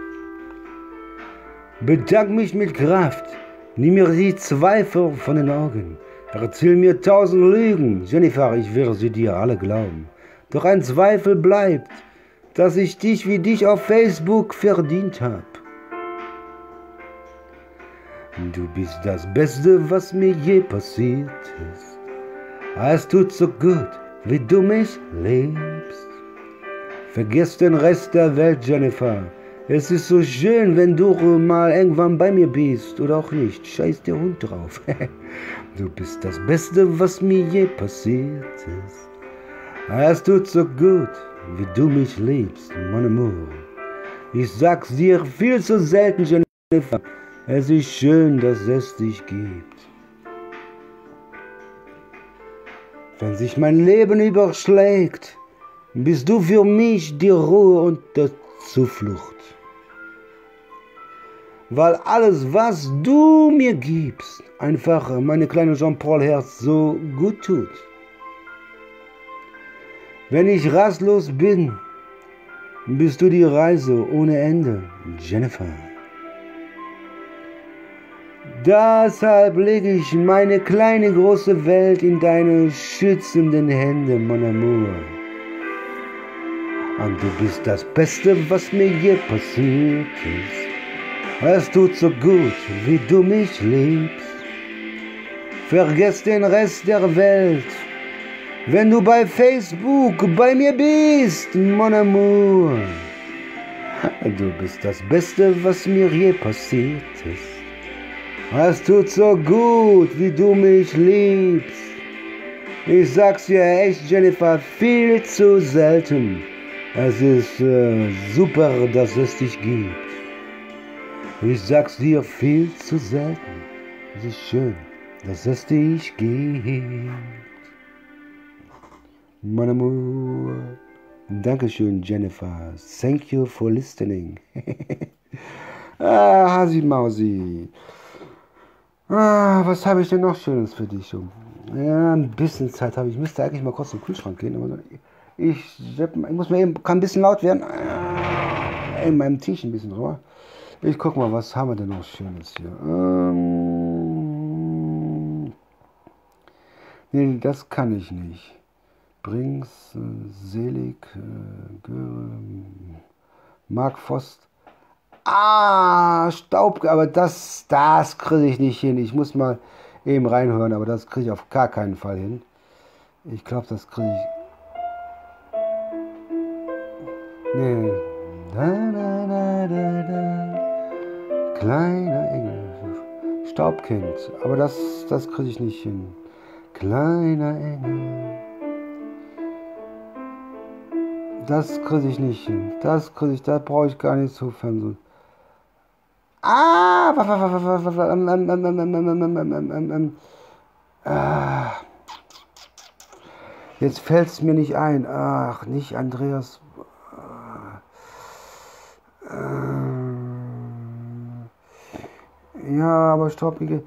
S1: Bedank mich mit Kraft, nimm mir die Zweifel von den Augen. Erzähl mir 1000 Lügen, Jennifer, ich will sie dir alle glauben. Doch ein Zweifel bleibt, dass ich dich wie dich auf Facebook verdient hab. Du bist das Beste, was mir je passiert ist. Es tut so gut, wie du mich liebst. Vergiss den Rest der Welt, Jennifer. Es ist so schön, wenn du mal irgendwann bei mir bist. Oder auch nicht. Scheiß der Hund drauf. Du bist das Beste, was mir je passiert ist. Es tut so gut, wie du mich liebst, mon amour. Ich sag's dir viel zu selten, Jennifer. Es ist schön, dass es dich gibt. Wenn sich mein Leben überschlägt, bist du für mich die Ruhe und die Zuflucht. Weil alles, was du mir gibst, einfach meine kleine Jean-Paul-Herz so gut tut. Wenn ich rastlos bin, bist du die Reise ohne Ende, Jennifer. Deshalb lege ich meine kleine große Welt in deine schützenden Hände, mon amour. Und du bist das Beste, was mir je passiert ist. Es tut so gut, wie du mich liebst. Vergiss den Rest der Welt, wenn du bei Facebook bei mir bist, mon amour. Du bist das Beste, was mir je passiert ist. Es tut so gut, wie du mich liebst. Ich sag's dir echt, Jennifer, viel zu selten. Es ist super, dass es dich gibt. Ich sag's dir viel zu selten. Es ist schön, dass es dich gibt. Mon amour. Dankeschön, Jennifer. Thank you for listening. Hasi Mausi. Was habe ich denn noch Schönes für dich? Ja, ein bisschen Zeit habe ich. Ich müsste eigentlich mal kurz zum Kühlschrank gehen, aber ich muss mir eben, kann ein bisschen laut werden. In meinem Tisch ein bisschen drüber. Ich guck mal, was haben wir denn noch Schönes hier? Nee, das kann ich nicht. Brings, Selig, Göre, Mark Vost. Staub, aber das kriege ich nicht hin. Ich muss mal eben reinhören, aber das kriege ich auf gar keinen Fall hin. Ich glaube, das kriege ich. Nee. Kleiner Engel. Staubkind. Aber das kriege ich nicht hin. Kleiner Engel. Das kriege ich nicht hin. Da brauche ich gar nicht zu versuchen. Jetzt fällt es mir nicht ein. Ach, nicht Andreas. Ja, aber Staubige.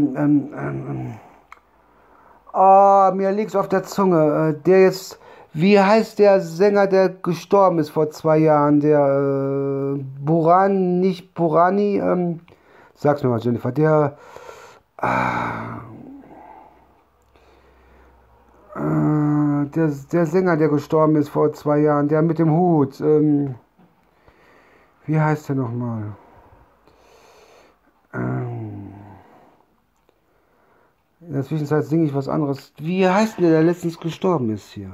S1: Mir liegt's auf der Zunge. Der jetzt. Wie heißt der Sänger, der gestorben ist vor 2 Jahren? Der nicht Burani. Sag's mir mal, Jennifer. Der Sänger, der gestorben ist vor 2 Jahren, der mit dem Hut. Wie heißt der nochmal? In der Zwischenzeit singe ich was anderes. Wie heißt denn der letztens gestorben ist hier?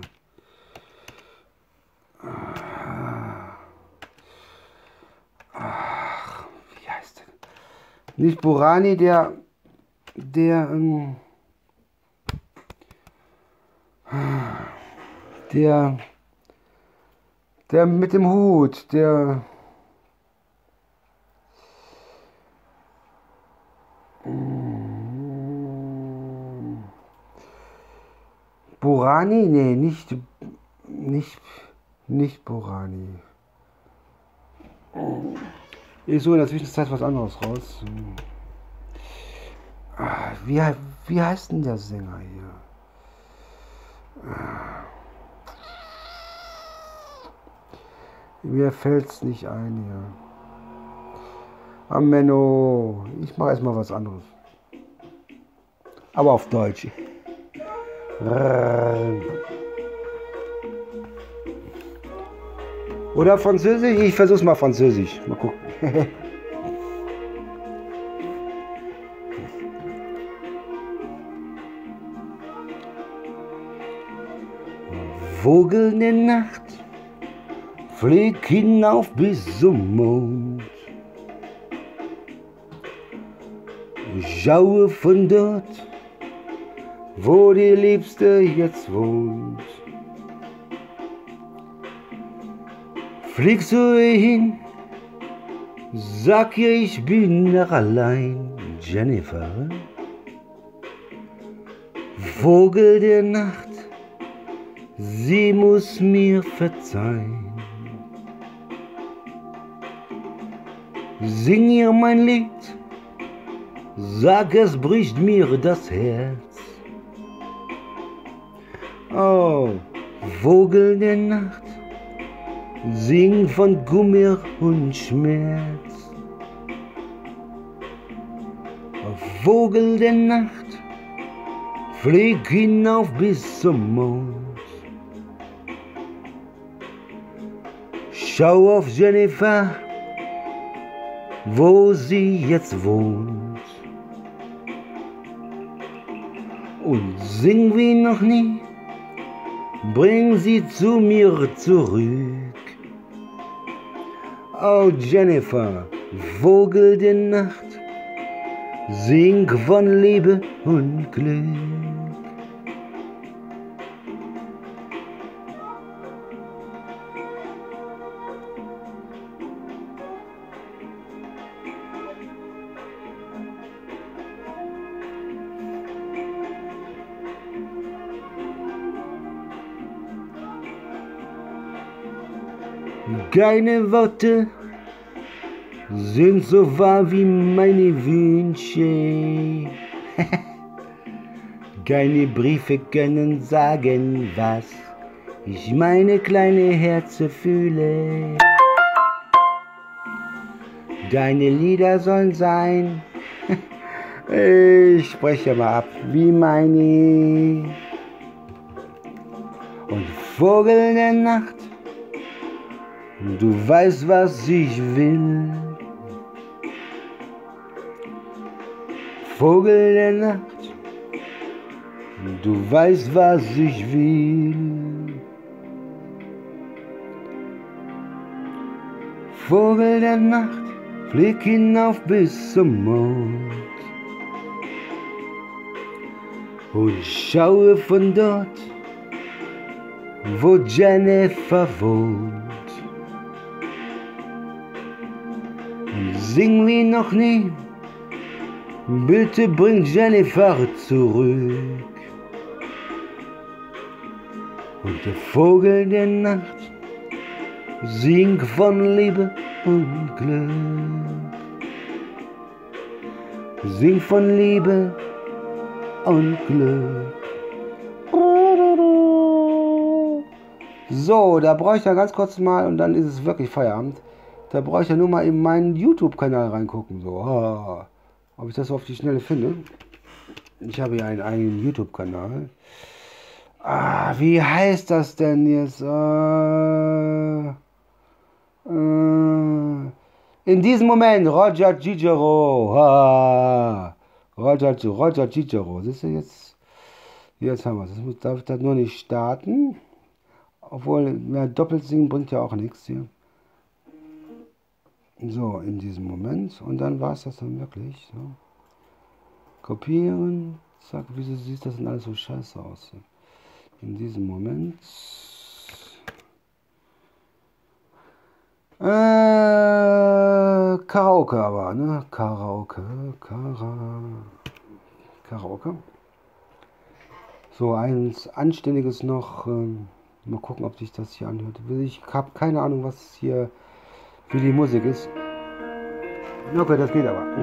S1: Ach, wie heißt der? Nicht Burani, der mit dem Hut, Burani? Nee, nicht Burani. Ich suche in der Zwischenzeit was anderes raus. Wie heißt denn der Sänger hier? Mir fällt's nicht ein hier. Menno. Ich mache erstmal was anderes. Aber auf Deutsch. Oder Französisch? Ich versuch's mal Französisch. Mal gucken. Vogelnde Nacht, flieg hinauf bis zum Mond. Schaue von dort, wo die Liebste jetzt wohnt. Fliegst du hin, sag ihr, ich bin noch allein, Jennifer. Vogel der Nacht, sie muss mir verzeihen. Sing ihr mein Lied, sag, es bricht mir das Herz. Oh, Vogel der Nacht, sing von Kummer und Schmerz. Oh, Vogel der Nacht, flieg hinauf bis zum Mond. Schau auf Jennifer, wo sie jetzt wohnt. Und sing wie noch nie, bring sie zu mir zurück. Oh Jennifer, Vogel der Nacht, sing von Liebe und Glück. Keine Worte sind so wahr wie meine Wünsche. Keine Briefe können sagen, was ich meine kleine Herze fühle. Deine Lieder sollen sein, ich spreche mal ab, wie meine. Vogel der Nacht, du weißt, was ich will. Vogel der Nacht, du weißt, was ich will. Vogel der Nacht, flieg hinauf bis zum Mond und schaue von dort, wo Jennifer wohnt. Und sing wie noch nie, bitte bring Jennifer zurück. Und der Vogel der Nacht singt von Liebe und Glück. Sing von Liebe und Glück. So, da brauche ich ja ganz kurz mal, und dann ist es wirklich Feierabend. Da brauche ich ja nur mal in meinen YouTube-Kanal reingucken. So, ob ich das so auf die Schnelle finde. Ich habe ja einen eigenen YouTube-Kanal. Wie heißt das denn jetzt? In diesem Moment, Roger Cicero. Roger Cicero. Siehst du jetzt? Jetzt haben wir es. Darf ich das nur nicht starten? Obwohl, mehr doppelt singen bringt ja auch nichts hier. So, in diesem Moment. Und dann war es das dann wirklich. So. Kopieren. Zack, wieso sieht das denn alles so scheiße aus? In diesem Moment. Karaoke aber, ne? Karaoke. So, eins Anständiges noch. Mal gucken, ob sich das hier anhört. Ich habe keine Ahnung, was hier für die Musik ist. Okay, das geht aber.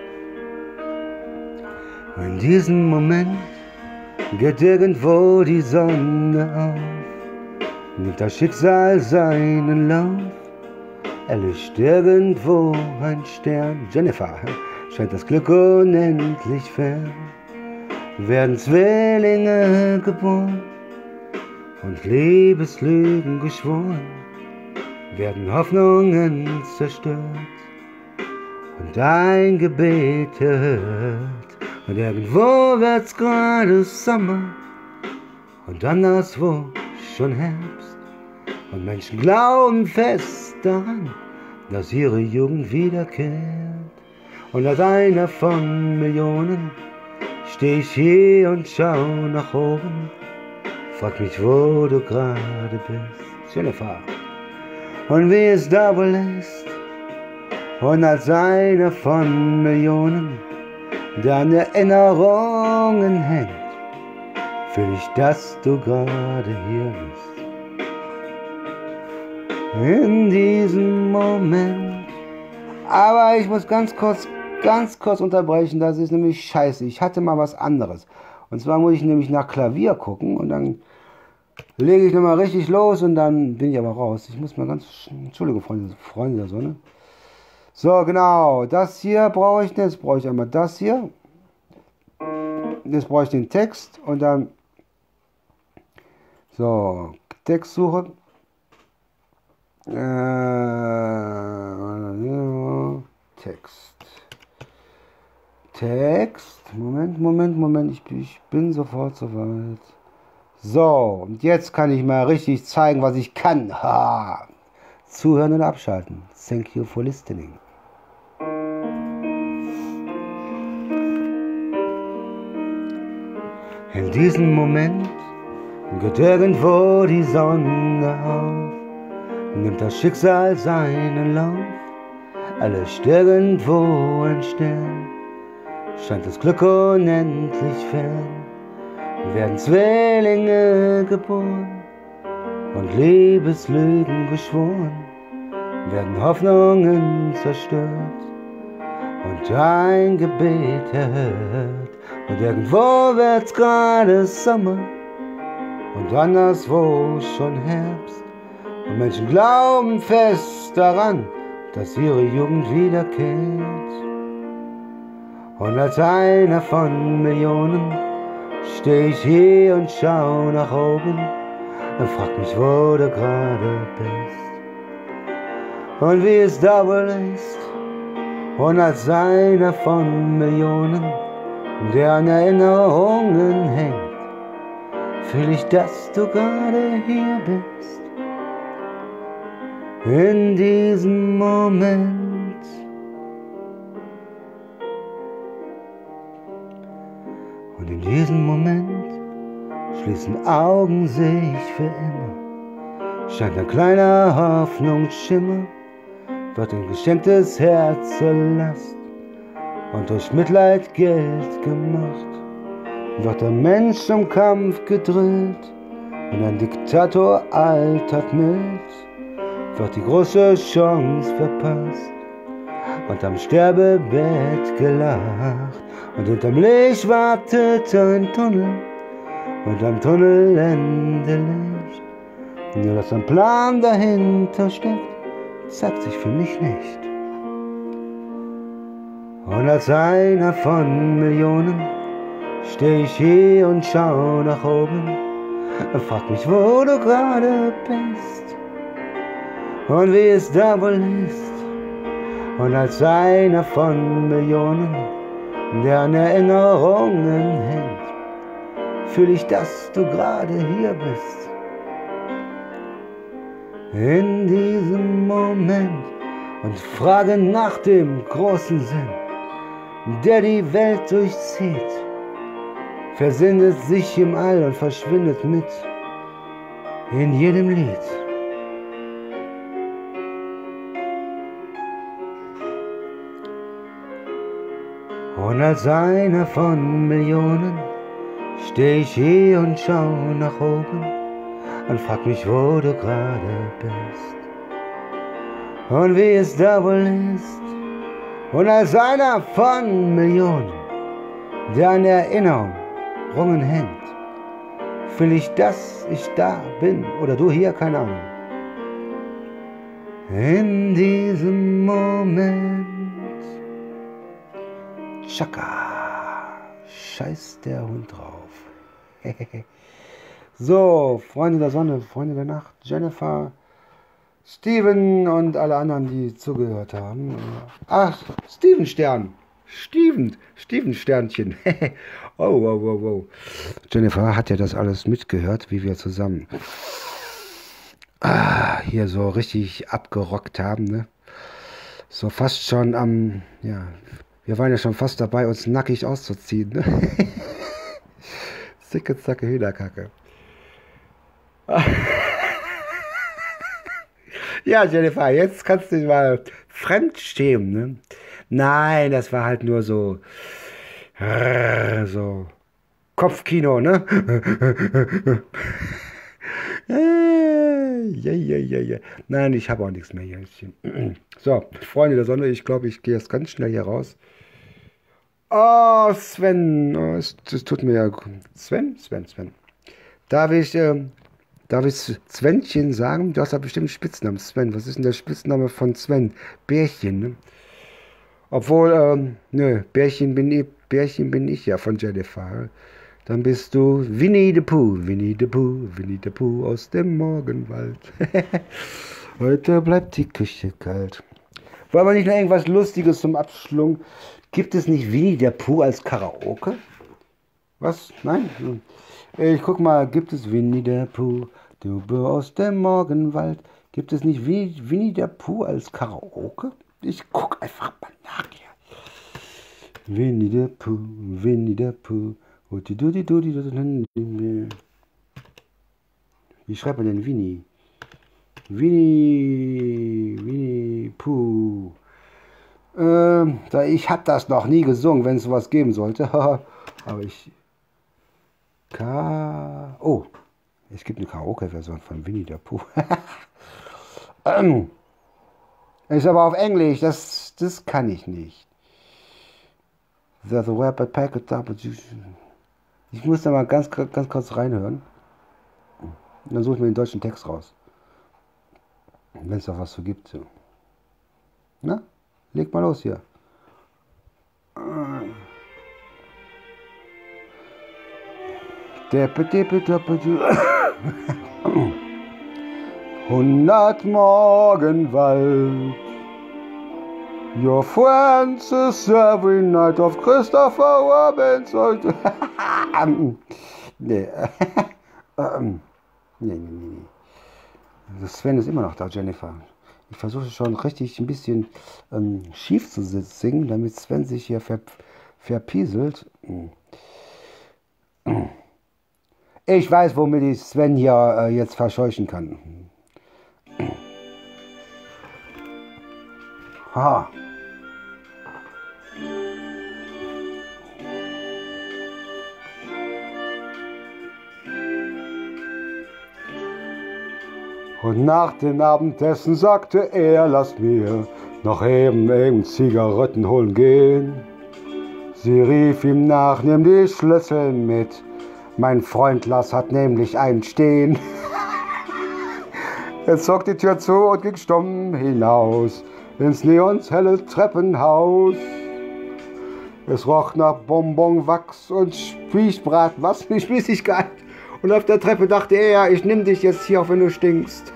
S1: In diesem Moment geht irgendwo die Sonne auf, nimmt das Schicksal seinen Lauf, erlischt irgendwo ein Stern. Jennifer, scheint das Glück unendlich fern, werden Zwillinge geboren und Liebeslügen geschworen, werden Hoffnungen zerstört und ein Gebet erhört. Und irgendwo wird's gerade Sommer und anderswo schon Herbst. Und Menschen glauben fest daran, dass ihre Jugend wiederkehrt. Und als einer von Millionen steh ich hier und schau nach oben. Frag mich, wo du gerade bist, Jennifer, und wie es da wohl ist. Und als einer von Millionen, der an Erinnerungen hängt, fühl ich, dass du gerade hier bist. In diesem Moment. Aber ich muss ganz kurz unterbrechen, das ist nämlich scheiße. Ich hatte mal was anderes. Und zwar muss ich nämlich nach Klavier gucken und dann lege ich nochmal richtig los und dann bin ich aber raus. Ich muss mal Entschuldigung, Freunde der Sonne. So, genau, das hier brauche ich nicht. Jetzt brauche ich einmal das hier. Jetzt brauche ich den Text und dann so, Textsuche. Text. Moment. Ich bin sofort soweit. So, und jetzt kann ich mal richtig zeigen, was ich kann. Zuhören und abschalten. Thank you for listening. In diesem Moment geht irgendwo die Sonne auf, nimmt das Schicksal seinen Lauf, erlischt irgendwo ein Stern, scheint das Glück unendlich fern, werden Zwillinge geboren und Liebeslügen geschworen, werden Hoffnungen zerstört und ein Gebet erhört. Und irgendwo wird's gerade Sommer und anderswo schon Herbst. Und Menschen glauben fest daran, dass ihre Jugend wiederkehrt. Und als einer von Millionen steh ich hier und schau nach oben. Frag mich, wo du gerade bist und wie es da wohl ist. Und als einer von Millionen, der an Erinnerungen hängt, fühl ich, dass du gerade hier bist, in diesem Moment. Und in diesem Moment schließen Augen, seh ich für immer, scheint ein kleiner Hoffnungsschimmer, wird ein geschenktes Herz zur Last und durch Mitleid Geld gemacht. Wird der Mensch zum Kampf gedrillt und ein Diktator altert mild, wird die große Chance verpasst und am Sterbebett gelacht. Und hinterm Licht wartet ein Tunnel und am Tunnelende Licht. Nur dass ein Plan dahinter steckt, zeigt sich für mich nicht. Und als einer von Millionen steh ich hier und schau nach oben, frag mich, wo du gerade bist und wie es da wohl ist. Und als einer von Millionen, der an Erinnerungen hängt, fühl ich, dass du gerade hier bist, in diesem Moment, und frage nach dem großen Sinn, der die Welt durchzieht, versendet sich im All und verschwindet mit in jedem Lied. Und als einer von Millionen steh ich hier und schau nach oben und frag mich, wo du gerade bist und wie es da wohl ist. Und als einer von Millionen, der an Erinnerungen hängt, fühl ich, dass ich da bin oder du hier, keine Ahnung, in diesem Moment. Tschakka, scheiß der Hund drauf. So, Freunde der Sonne, Freunde der Nacht, Jennifer, Steven und alle anderen, die zugehört haben. Ach, Steven Stern. Steven Sternchen. Oh. Jennifer hat ja das alles mitgehört, wie wir zusammen hier so richtig abgerockt haben, ne? So fast schon am, ja, wir waren ja schon fast dabei, uns nackig auszuziehen, ne? Zicke, zacke, Hühnerkacke. Ja, Jennifer, jetzt kannst du dich mal fremdschämen, ne? Nein, das war halt nur so Kopfkino, ne? Ja. Nein, ich habe auch nichts mehr hier. So, Freunde der Sonne, ich glaube, ich gehe jetzt ganz schnell hier raus. Oh, Sven, oh, es tut mir ja. Sven. Darf ich Svenchen sagen? Du hast ja bestimmt einen Spitznamen, Sven. Was ist denn der Spitzname von Sven? Bärchen, ne? Obwohl, Bärchen bin ich ja von Jennifer. Dann bist du Winnie the Pooh aus dem Morgenwald. Heute bleibt die Küche kalt. Wollen wir nicht noch irgendwas Lustiges zum Abschlung? Gibt es nicht Winnie der Pooh als Karaoke? Was? Nein? Ich guck mal, gibt es Winnie der Pooh, du aus dem Morgenwald? Gibt es nicht Winnie der Pooh als Karaoke? Ich guck einfach mal nach hier. Winnie der Pooh. Wie schreibt man denn Winnie? Winnie Pooh. Ich habe das noch nie gesungen, wenn es sowas geben sollte. Aber es gibt eine Karaoke-Version von Winnie der Pooh. Ist aber auf Englisch, das kann ich nicht. Ich muss da mal ganz kurz reinhören. Und dann suche ich mir den deutschen Text raus. Wenn es da was so gibt. So. Na, leg mal los hier. 100 Morgenwald. Your friends is every night of Christopher Robinson. Nee. Nee. Sven ist immer noch da, Jennifer. Ich versuche schon richtig ein bisschen schief zu singen, damit Sven sich hier verpieselt. Ich weiß, womit ich Sven hier jetzt verscheuchen kann. Ha. Und nach dem Abendessen sagte er, lass mir noch eben Zigaretten holen gehen. Sie rief ihm nach, nimm die Schlüssel mit. Mein Freund Lars hat nämlich einen stehen. Er zog die Tür zu und ging stumm hinaus ins neonshelle Treppenhaus. Es roch nach Bonbonwachs und Spießbrat, was für Spießigkeit. Und auf der Treppe dachte er, ich nehm dich jetzt hier, auch wenn du stinkst.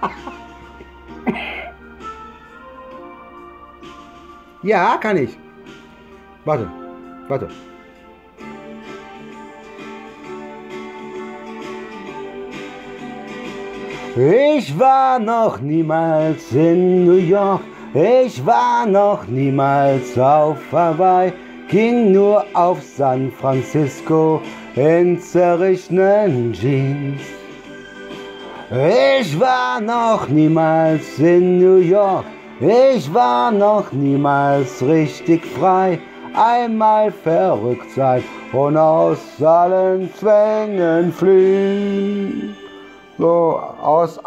S1: Ja, kann ich. Warte. Ich war noch niemals in New York. Ich war noch niemals auf Hawaii. Ging nur auf San Francisco in zerrissenen Jeans. Ich war noch niemals in New York. Ich war noch niemals richtig frei. Einmal verrückt sein und aus allen Zwängen fliehen. So, aus.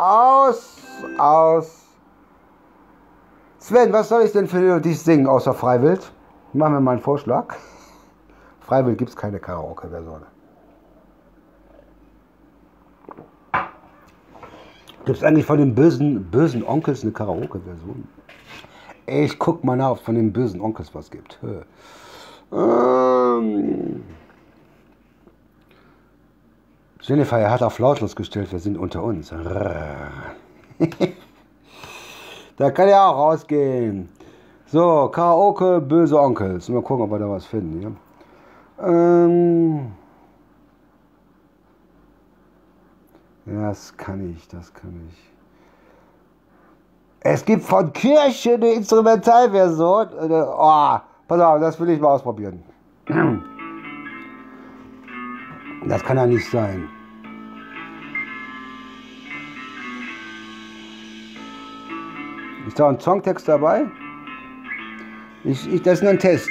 S1: Sven, was soll ich denn für dich singen außer Freiwild? Machen wir mal einen Vorschlag. Freiwild gibt es keine Karaoke-Version. Gibt es eigentlich von den bösen Onkels eine Karaoke-Version? Ich guck mal nach, ob es von den bösen Onkels was gibt. Jennifer, er hat auf lautlos gestellt, wir sind unter uns. Da kann er auch rausgehen. So, Karaoke, böse Onkels. Mal gucken, ob wir da was finden. Ja? Das kann ich. Es gibt von Kirche eine Instrumentalversion. Oh, pass auf, das will ich mal ausprobieren. Das kann ja nicht sein. Ist da ein Songtext dabei? Das ist nur ein Test.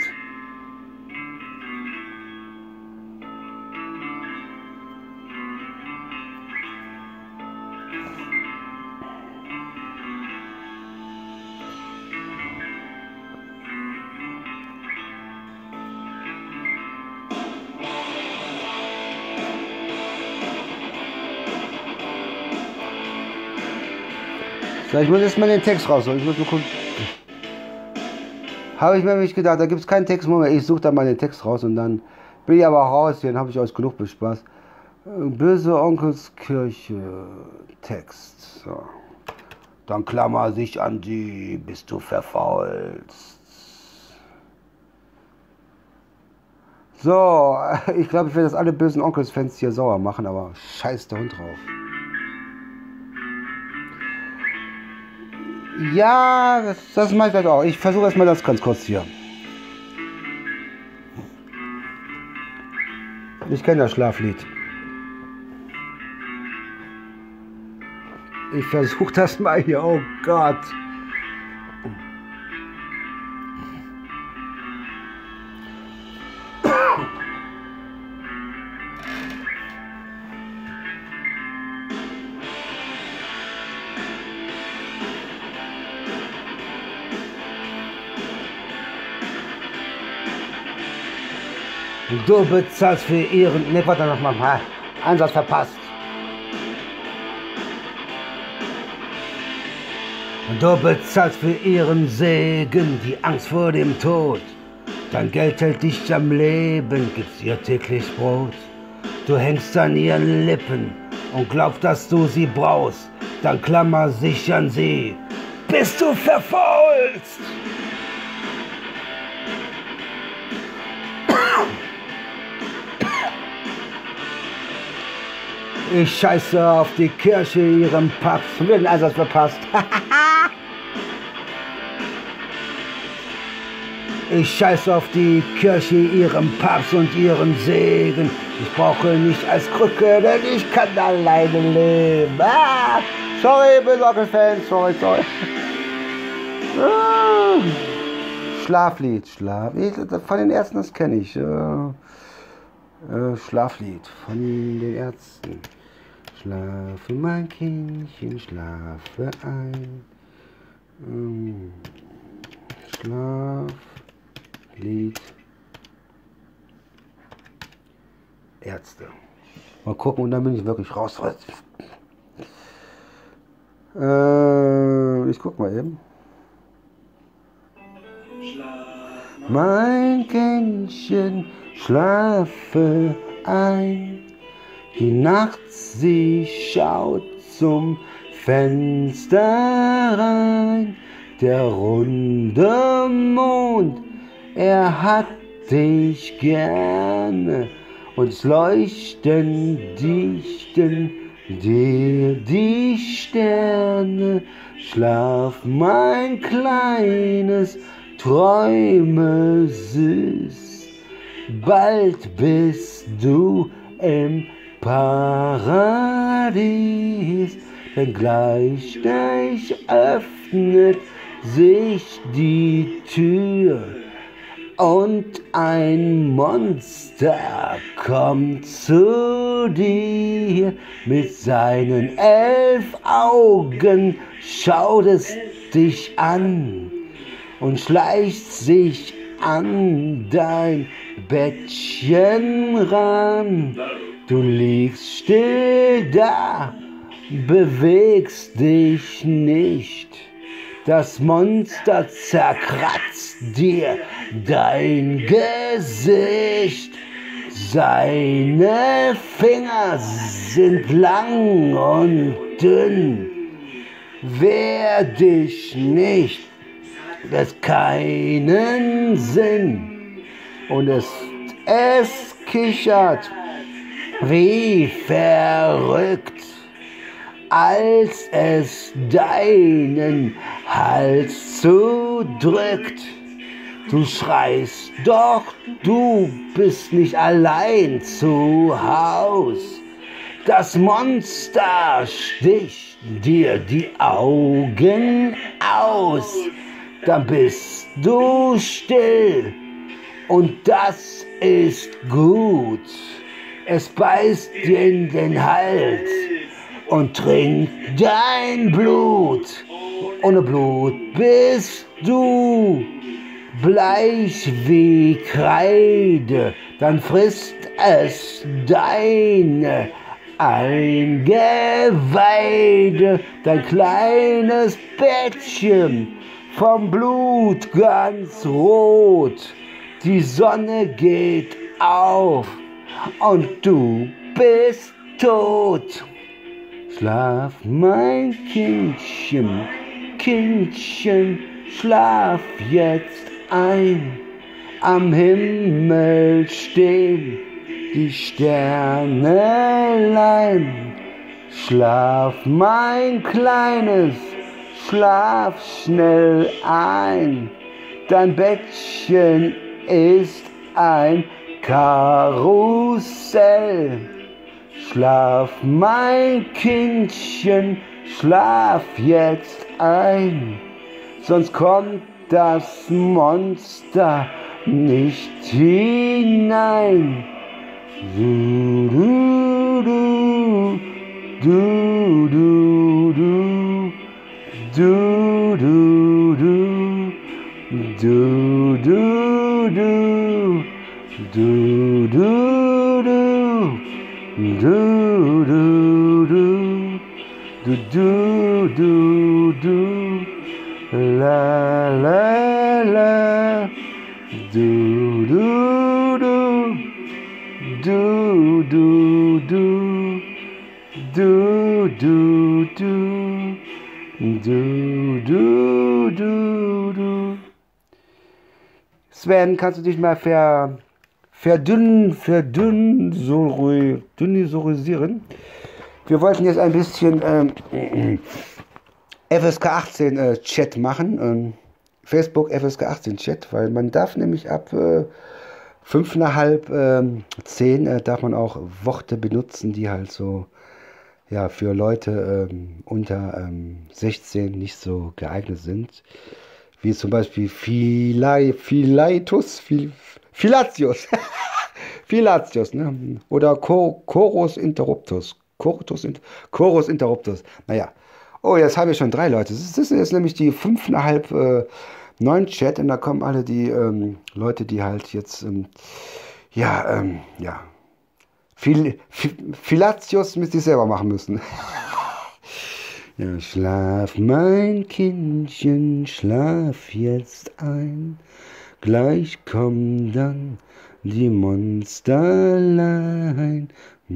S1: So, ich muss jetzt mal den Text rausholen. Ich muss mal gucken. Habe ich mir nämlich gedacht, da gibt es keinen Text. Moment, ich suche da mal den Text raus und dann bin ich aber raus. Den habe ich euch genug bespaßt. Böse Onkelskirche Text. So. Dann klammer sich an die, bis du verfaulst. So, ich glaube, ich werde das alle bösen Onkels-Fans hier sauer machen, aber scheiß der Hund drauf. Ja, das mache ich gleich auch. Ich versuche erstmal das ganz kurz hier. Ich kenne das Schlaflied. Ich versuche das mal hier. Oh Gott. Du bezahlst für ihren... Ne, warte noch mal. Einsatz verpasst. Du bezahlst für ihren Segen die Angst vor dem Tod. Dein Geld hält dich am Leben, gibst ihr täglich Brot. Du hängst an ihren Lippen und glaubst, dass du sie brauchst, dann klammer sich an sie, bis du verfaulst. Ich scheiße auf die Kirche, ihrem Papst. Mir den Einsatz verpasst. Ich scheiße auf die Kirche, ihrem Papst und ihren Segen. Ich brauche nicht als Krücke, denn ich kann alleine leben. Ah, sorry, bin Orgelfan, sorry. Schlaflied. Von den Ärzten, das kenne ich. Schlaflied von den Ärzten. Schlafe, mein Kindchen, schlafe ein. Schlaflied. Ärzte. Mal gucken, und dann bin ich wirklich raus. Ich guck mal eben. Mein Kindchen, schlafe ein. Die Nacht, sie schaut zum Fenster rein. Der runde Mond, er hat dich gerne. Und leuchten, dichten dir die Sterne. Schlaf, mein Kleines, träume süß. Bald bist du im Paradies, denn gleich öffnet sich die Tür und ein Monster kommt zu dir. Mit seinen 11 Augen schaut es dich an und schleicht sich an dein Bettchen ran. Du liegst still da, bewegst dich nicht. Das Monster zerkratzt dir dein Gesicht. Seine Finger sind lang und dünn. Wehr dich nicht, das keinen Sinn. Und es kichert wie verrückt, als es deinen Hals zudrückt. Du schreist, doch du bist nicht allein zu Haus. Das Monster sticht dir die Augen aus. Dann bist du still und das ist gut. Es beißt dir in den Hals und trinkt dein Blut. Ohne Blut bist du bleich wie Kreide, dann frisst es deine Eingeweide. Dein kleines Bettchen vom Blut ganz rot. Die Sonne geht auf und du bist tot. Schlaf, mein Kindchen, schlaf jetzt ein. Am Himmel stehen die Sternelein. Schlaf, mein Kleines, schlaf schnell ein. Dein Bettchen ist ein Karussell. Schlaf, mein Kindchen, schlaf jetzt ein, sonst kommt das Monster nicht hinein. Du, du, du, du, du, du, du, du, du, du, du, du, du, du. Du, du, du, du, du, du, du, la, la, la, du, du, du, du, du, du, du, du, du, du, du, du, du. Sven, kannst du dich mal verdünnisieren? Wir wollten jetzt ein bisschen FSK 18 Chat machen. Facebook FSK 18 Chat, weil man darf nämlich ab 5 nach halb 10 darf man auch Worte benutzen, die halt so ja, für Leute unter 16 nicht so geeignet sind. Wie zum Beispiel Filatius. Filatius, ne? Oder Chorus interruptus. Chorus interruptus. Naja. Oh, jetzt habe ich schon 3 Leute. Das ist jetzt nämlich die 5 nach halb 9 Chat und da kommen alle die Leute, die halt jetzt ja, Filatius mit sich selber machen müssen. Ja, schlaf, mein Kindchen, schlaf jetzt ein. Gleich kommen dann die Monsterlein.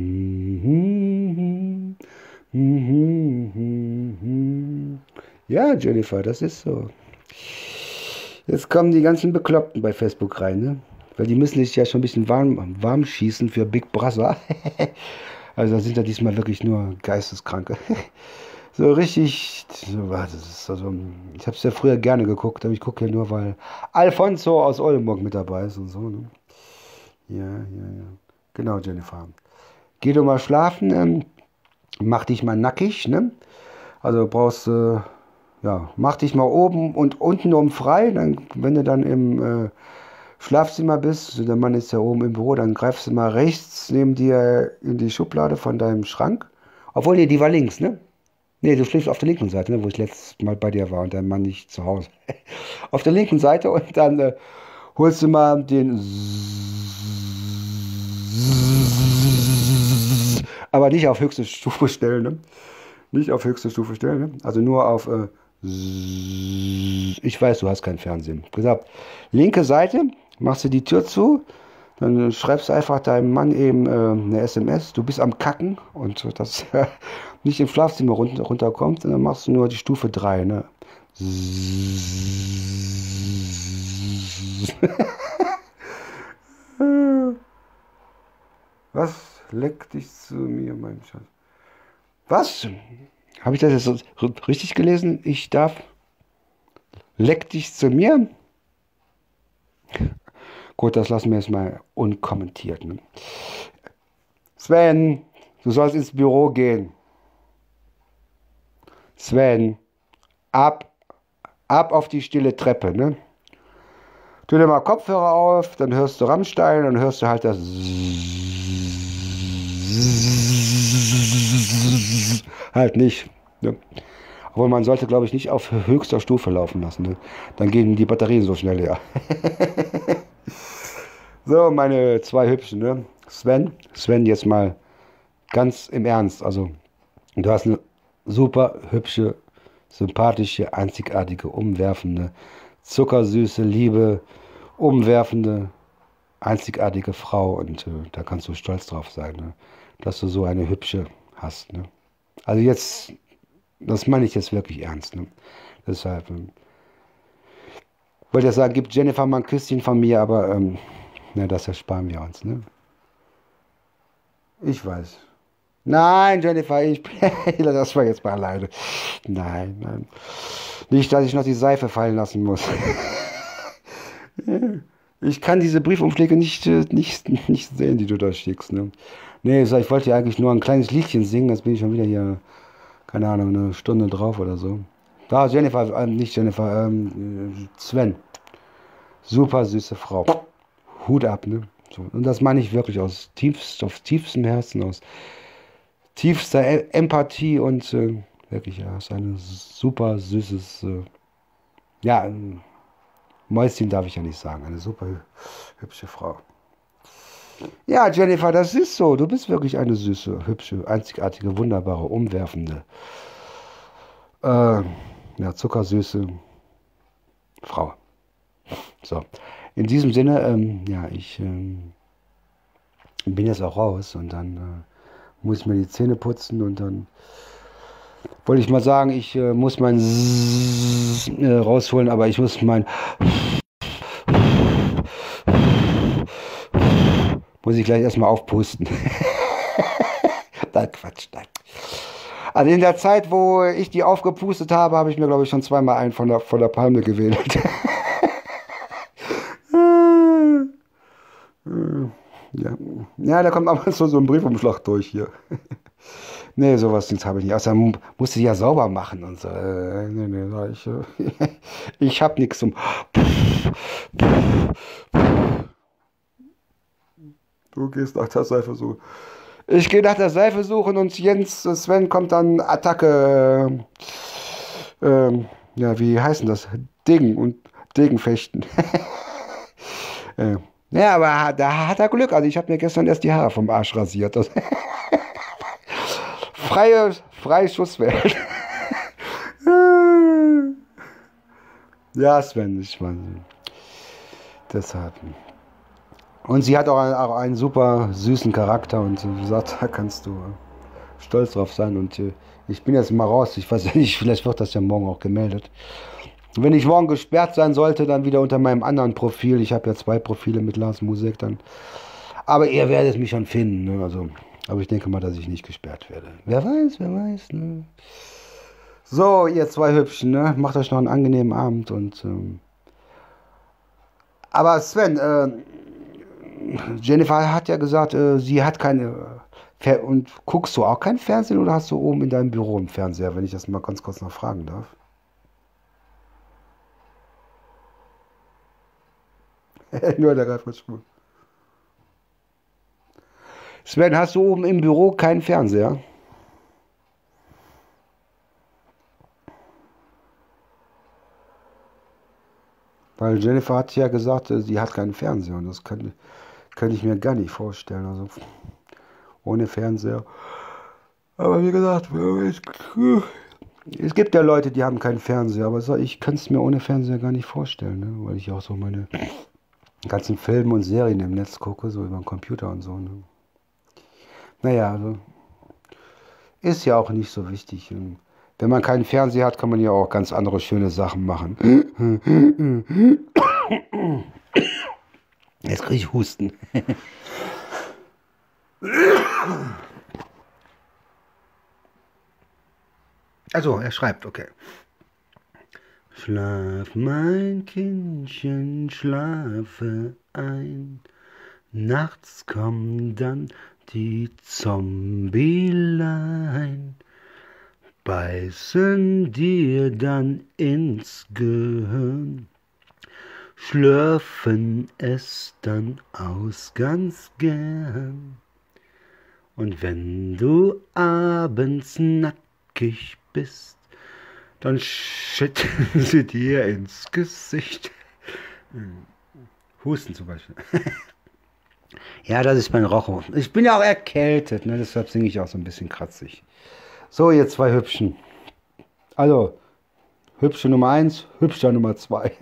S1: Ja, Jennifer, das ist so. Jetzt kommen die ganzen Bekloppten bei Facebook rein, ne? Weil die müssen sich ja schon ein bisschen warm schießen für Big Brother. Also da sind ja diesmal wirklich nur Geisteskranke. So richtig, das ist also, ich habe es ja früher gerne geguckt, aber ich gucke ja nur, weil Alfonso aus Oldenburg mit dabei ist und so, ne? Ja. Genau, Jennifer. Geh du mal schlafen, mach dich mal nackig, ne? Also brauchst du, ja, mach dich mal oben und unten frei, dann, wenn du dann im Schlafzimmer bist, der Mann ist ja oben im Büro, dann greifst du mal rechts neben dir in die Schublade von deinem Schrank. Obwohl, nee, die war links, ne? Nee, du schläfst auf der linken Seite, ne, wo ich letztes Mal bei dir war und dein Mann nicht zu Hause. Auf der linken Seite und dann holst du mal den aber nicht auf höchste Stufe stellen, ne? Nicht auf höchste Stufe stellen, ne? Also nur auf ich weiß, du hast kein Fernsehen. Gesagt, linke Seite, machst du die Tür zu, dann schreibst du einfach deinem Mann eben eine SMS, du bist am Kacken und das nicht im Schlafzimmer runterkommt, und dann machst du nur die Stufe 3, ne? Was? Leck dich zu mir, mein Schatz. Was? Habe ich das jetzt so richtig gelesen? Ich darf leck dich zu mir? Gut, das lassen wir jetzt mal unkommentiert. Ne? Sven, du sollst ins Büro gehen. Sven, ab auf die stille Treppe. Ne? Tu dir mal Kopfhörer auf, dann hörst du Rammstein, dann hörst du halt das halt nicht. Ne? Obwohl man sollte, glaube ich, nicht auf höchster Stufe laufen lassen. Ne? Dann gehen die Batterien so schnell leer. So, meine 2 Hübschen, ne? Sven, jetzt mal ganz im Ernst. Also, du hast eine super hübsche, sympathische, einzigartige, umwerfende, zuckersüße, liebe, umwerfende, einzigartige Frau. Und da kannst du stolz drauf sein, ne? Dass du so eine hübsche hast. Ne? Also jetzt, das meine ich jetzt wirklich ernst. Ne? Deshalb wollte ich sagen, gib Jennifer mal ein Küsschen von mir, aber na, das ersparen wir uns. Ne? Ich weiß. Nein, Jennifer, das war jetzt mal alleine. Nein. Nicht, dass ich noch die Seife fallen lassen muss. Ich kann diese Briefumschläge nicht sehen, die du da schickst. Ne? Nee, ich wollte ja eigentlich nur ein kleines Liedchen singen, jetzt bin ich schon wieder hier, keine Ahnung, eine Stunde drauf oder so. Da, Jennifer, nicht Jennifer, Sven. Super süße Frau. Hut ab, ne? So. Und das meine ich wirklich aus tiefstem Herzen, aus tiefster Empathie und wirklich, ja, ist eine super süßes, ja, Mäuschen darf ich ja nicht sagen, eine super hübsche Frau. Ja, Jennifer, das ist so. Du bist wirklich eine süße, hübsche, einzigartige, wunderbare, umwerfende, ja, zuckersüße Frau. So, in diesem Sinne, ja, ich bin jetzt auch raus und dann muss ich mir die Zähne putzen und dann wollte ich mal sagen, ich muss mein rausholen, aber ich muss ich gleich erstmal aufpusten. Nein, Quatsch, nein. Also in der Zeit, wo ich die aufgepustet habe, habe ich mir, glaube ich, schon zweimal einen von der Palme gewählt. Ja. Ja, da kommt ab und zu so ein Briefumschlag durch hier. Nee, sowas jetzt habe ich nicht. Außerdem musste ich ja sauber machen und so. Nee, ich habe nichts zum. Du gehst nach der Seife suchen. Ich gehe nach der Seife suchen und Sven kommt dann Attacke. Ja, wie heißen das? Degen und Degenfechten. äh, ja, aber da hat er Glück. Also ich habe mir gestern erst die Haare vom Arsch rasiert. Freie Schusswelt. Ja, Sven, ich meine. Deshalb. Und sie hat auch einen super süßen Charakter und wie gesagt, da kannst du stolz drauf sein. Und ich bin jetzt mal raus. Ich weiß ja nicht, vielleicht wird das ja morgen auch gemeldet. Wenn ich morgen gesperrt sein sollte, dann wieder unter meinem anderen Profil. Ich habe ja 2 Profile mit Lars Musik dann. Aber ihr werdet mich schon finden. Ne? Also, aber ich denke mal, dass ich nicht gesperrt werde. Wer weiß. Ne? So, ihr 2 Hübschen, ne? Macht euch noch einen angenehmen Abend. Und aber Sven, Jennifer hat ja gesagt, sie hat keine. Und guckst du auch kein Fernsehen oder hast du oben in deinem Büro einen Fernseher, wenn ich das mal ganz kurz noch fragen darf? Nur der Reifenspur. Sven, hast du oben im Büro keinen Fernseher? Weil Jennifer hat ja gesagt, sie hat keinen Fernseher und das könnte ich mir gar nicht vorstellen. Also ohne Fernseher. Aber wie gesagt, es gibt ja Leute, die haben keinen Fernseher, aber ich kann es mir ohne Fernseher gar nicht vorstellen, ne? Weil ich auch so meine ganzen Filme und Serien im Netz gucke, so über den Computer und so. Ne? Naja, also ist ja auch nicht so wichtig. Und wenn man keinen Fernseher hat, kann man ja auch ganz andere schöne Sachen machen. Jetzt kriege ich Husten. Also, er schreibt, okay. Schlaf, mein Kindchen, schlafe ein. Nachts kommen dann die Zombielein, beißen dir dann ins Gehirn, schlürfen es dann aus ganz gern. Und wenn du abends nackig bist, dann schütten sie dir ins Gesicht. Husten zum Beispiel. Ja, das ist mein Rocho. Ich bin ja auch erkältet, ne? Deshalb singe ich auch so ein bisschen kratzig. So, ihr 2 Hübschen. Also, Hübsche Nummer 1, Hübscher Nummer 2.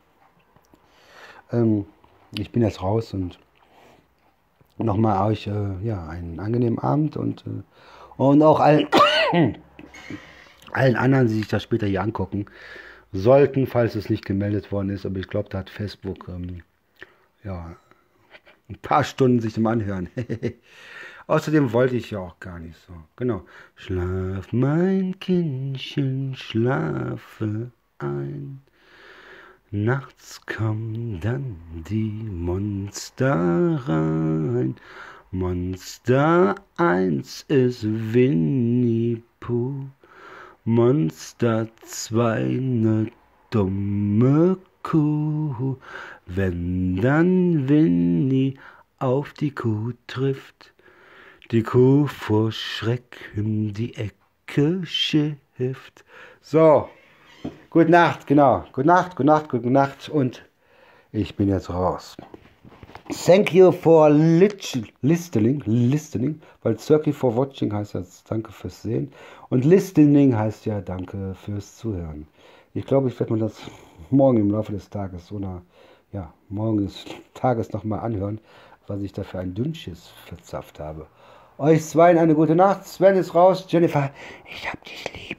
S1: Ich bin jetzt raus und nochmal euch ja, einen angenehmen Abend und auch allen anderen, die sich das später hier angucken sollten, falls es nicht gemeldet worden ist. Aber ich glaube, da hat Facebook ja, ein paar Stunden sich zum Anhören. Außerdem wollte ich ja auch gar nicht so. Genau. Schlaf, mein Kindchen, schlafe ein. Nachts kommen dann die Monster rein. Monster 1 ist Winnie Pooh. Monster 2 ne dumme Kuh. Wenn dann Winnie auf die Kuh trifft, die Kuh vor Schreck in die Ecke schifft. So, gute Nacht, genau. Gute Nacht und ich bin jetzt raus. Thank you for listening, weil Thank you for watching heißt jetzt danke fürs Sehen und listening heißt ja danke fürs Zuhören. Ich glaube, ich werde mir das morgen im Laufe des Tages oder morgen des Tages nochmal anhören, was ich da für ein Dünnschiss verzapft habe. Euch zweien eine gute Nacht. Sven ist raus. Jennifer, ich hab dich lieb.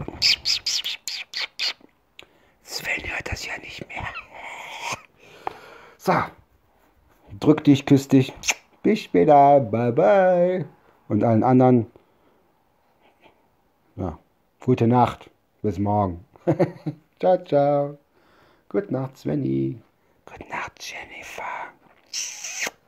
S1: Sven hört das ja nicht mehr. So, drück dich, küss dich. Bis später. Bye, bye. Und allen anderen, ja, gute Nacht. Bis morgen. Ciao, ciao. Gute Nacht, Svenny. Gute Nacht, Jennifer.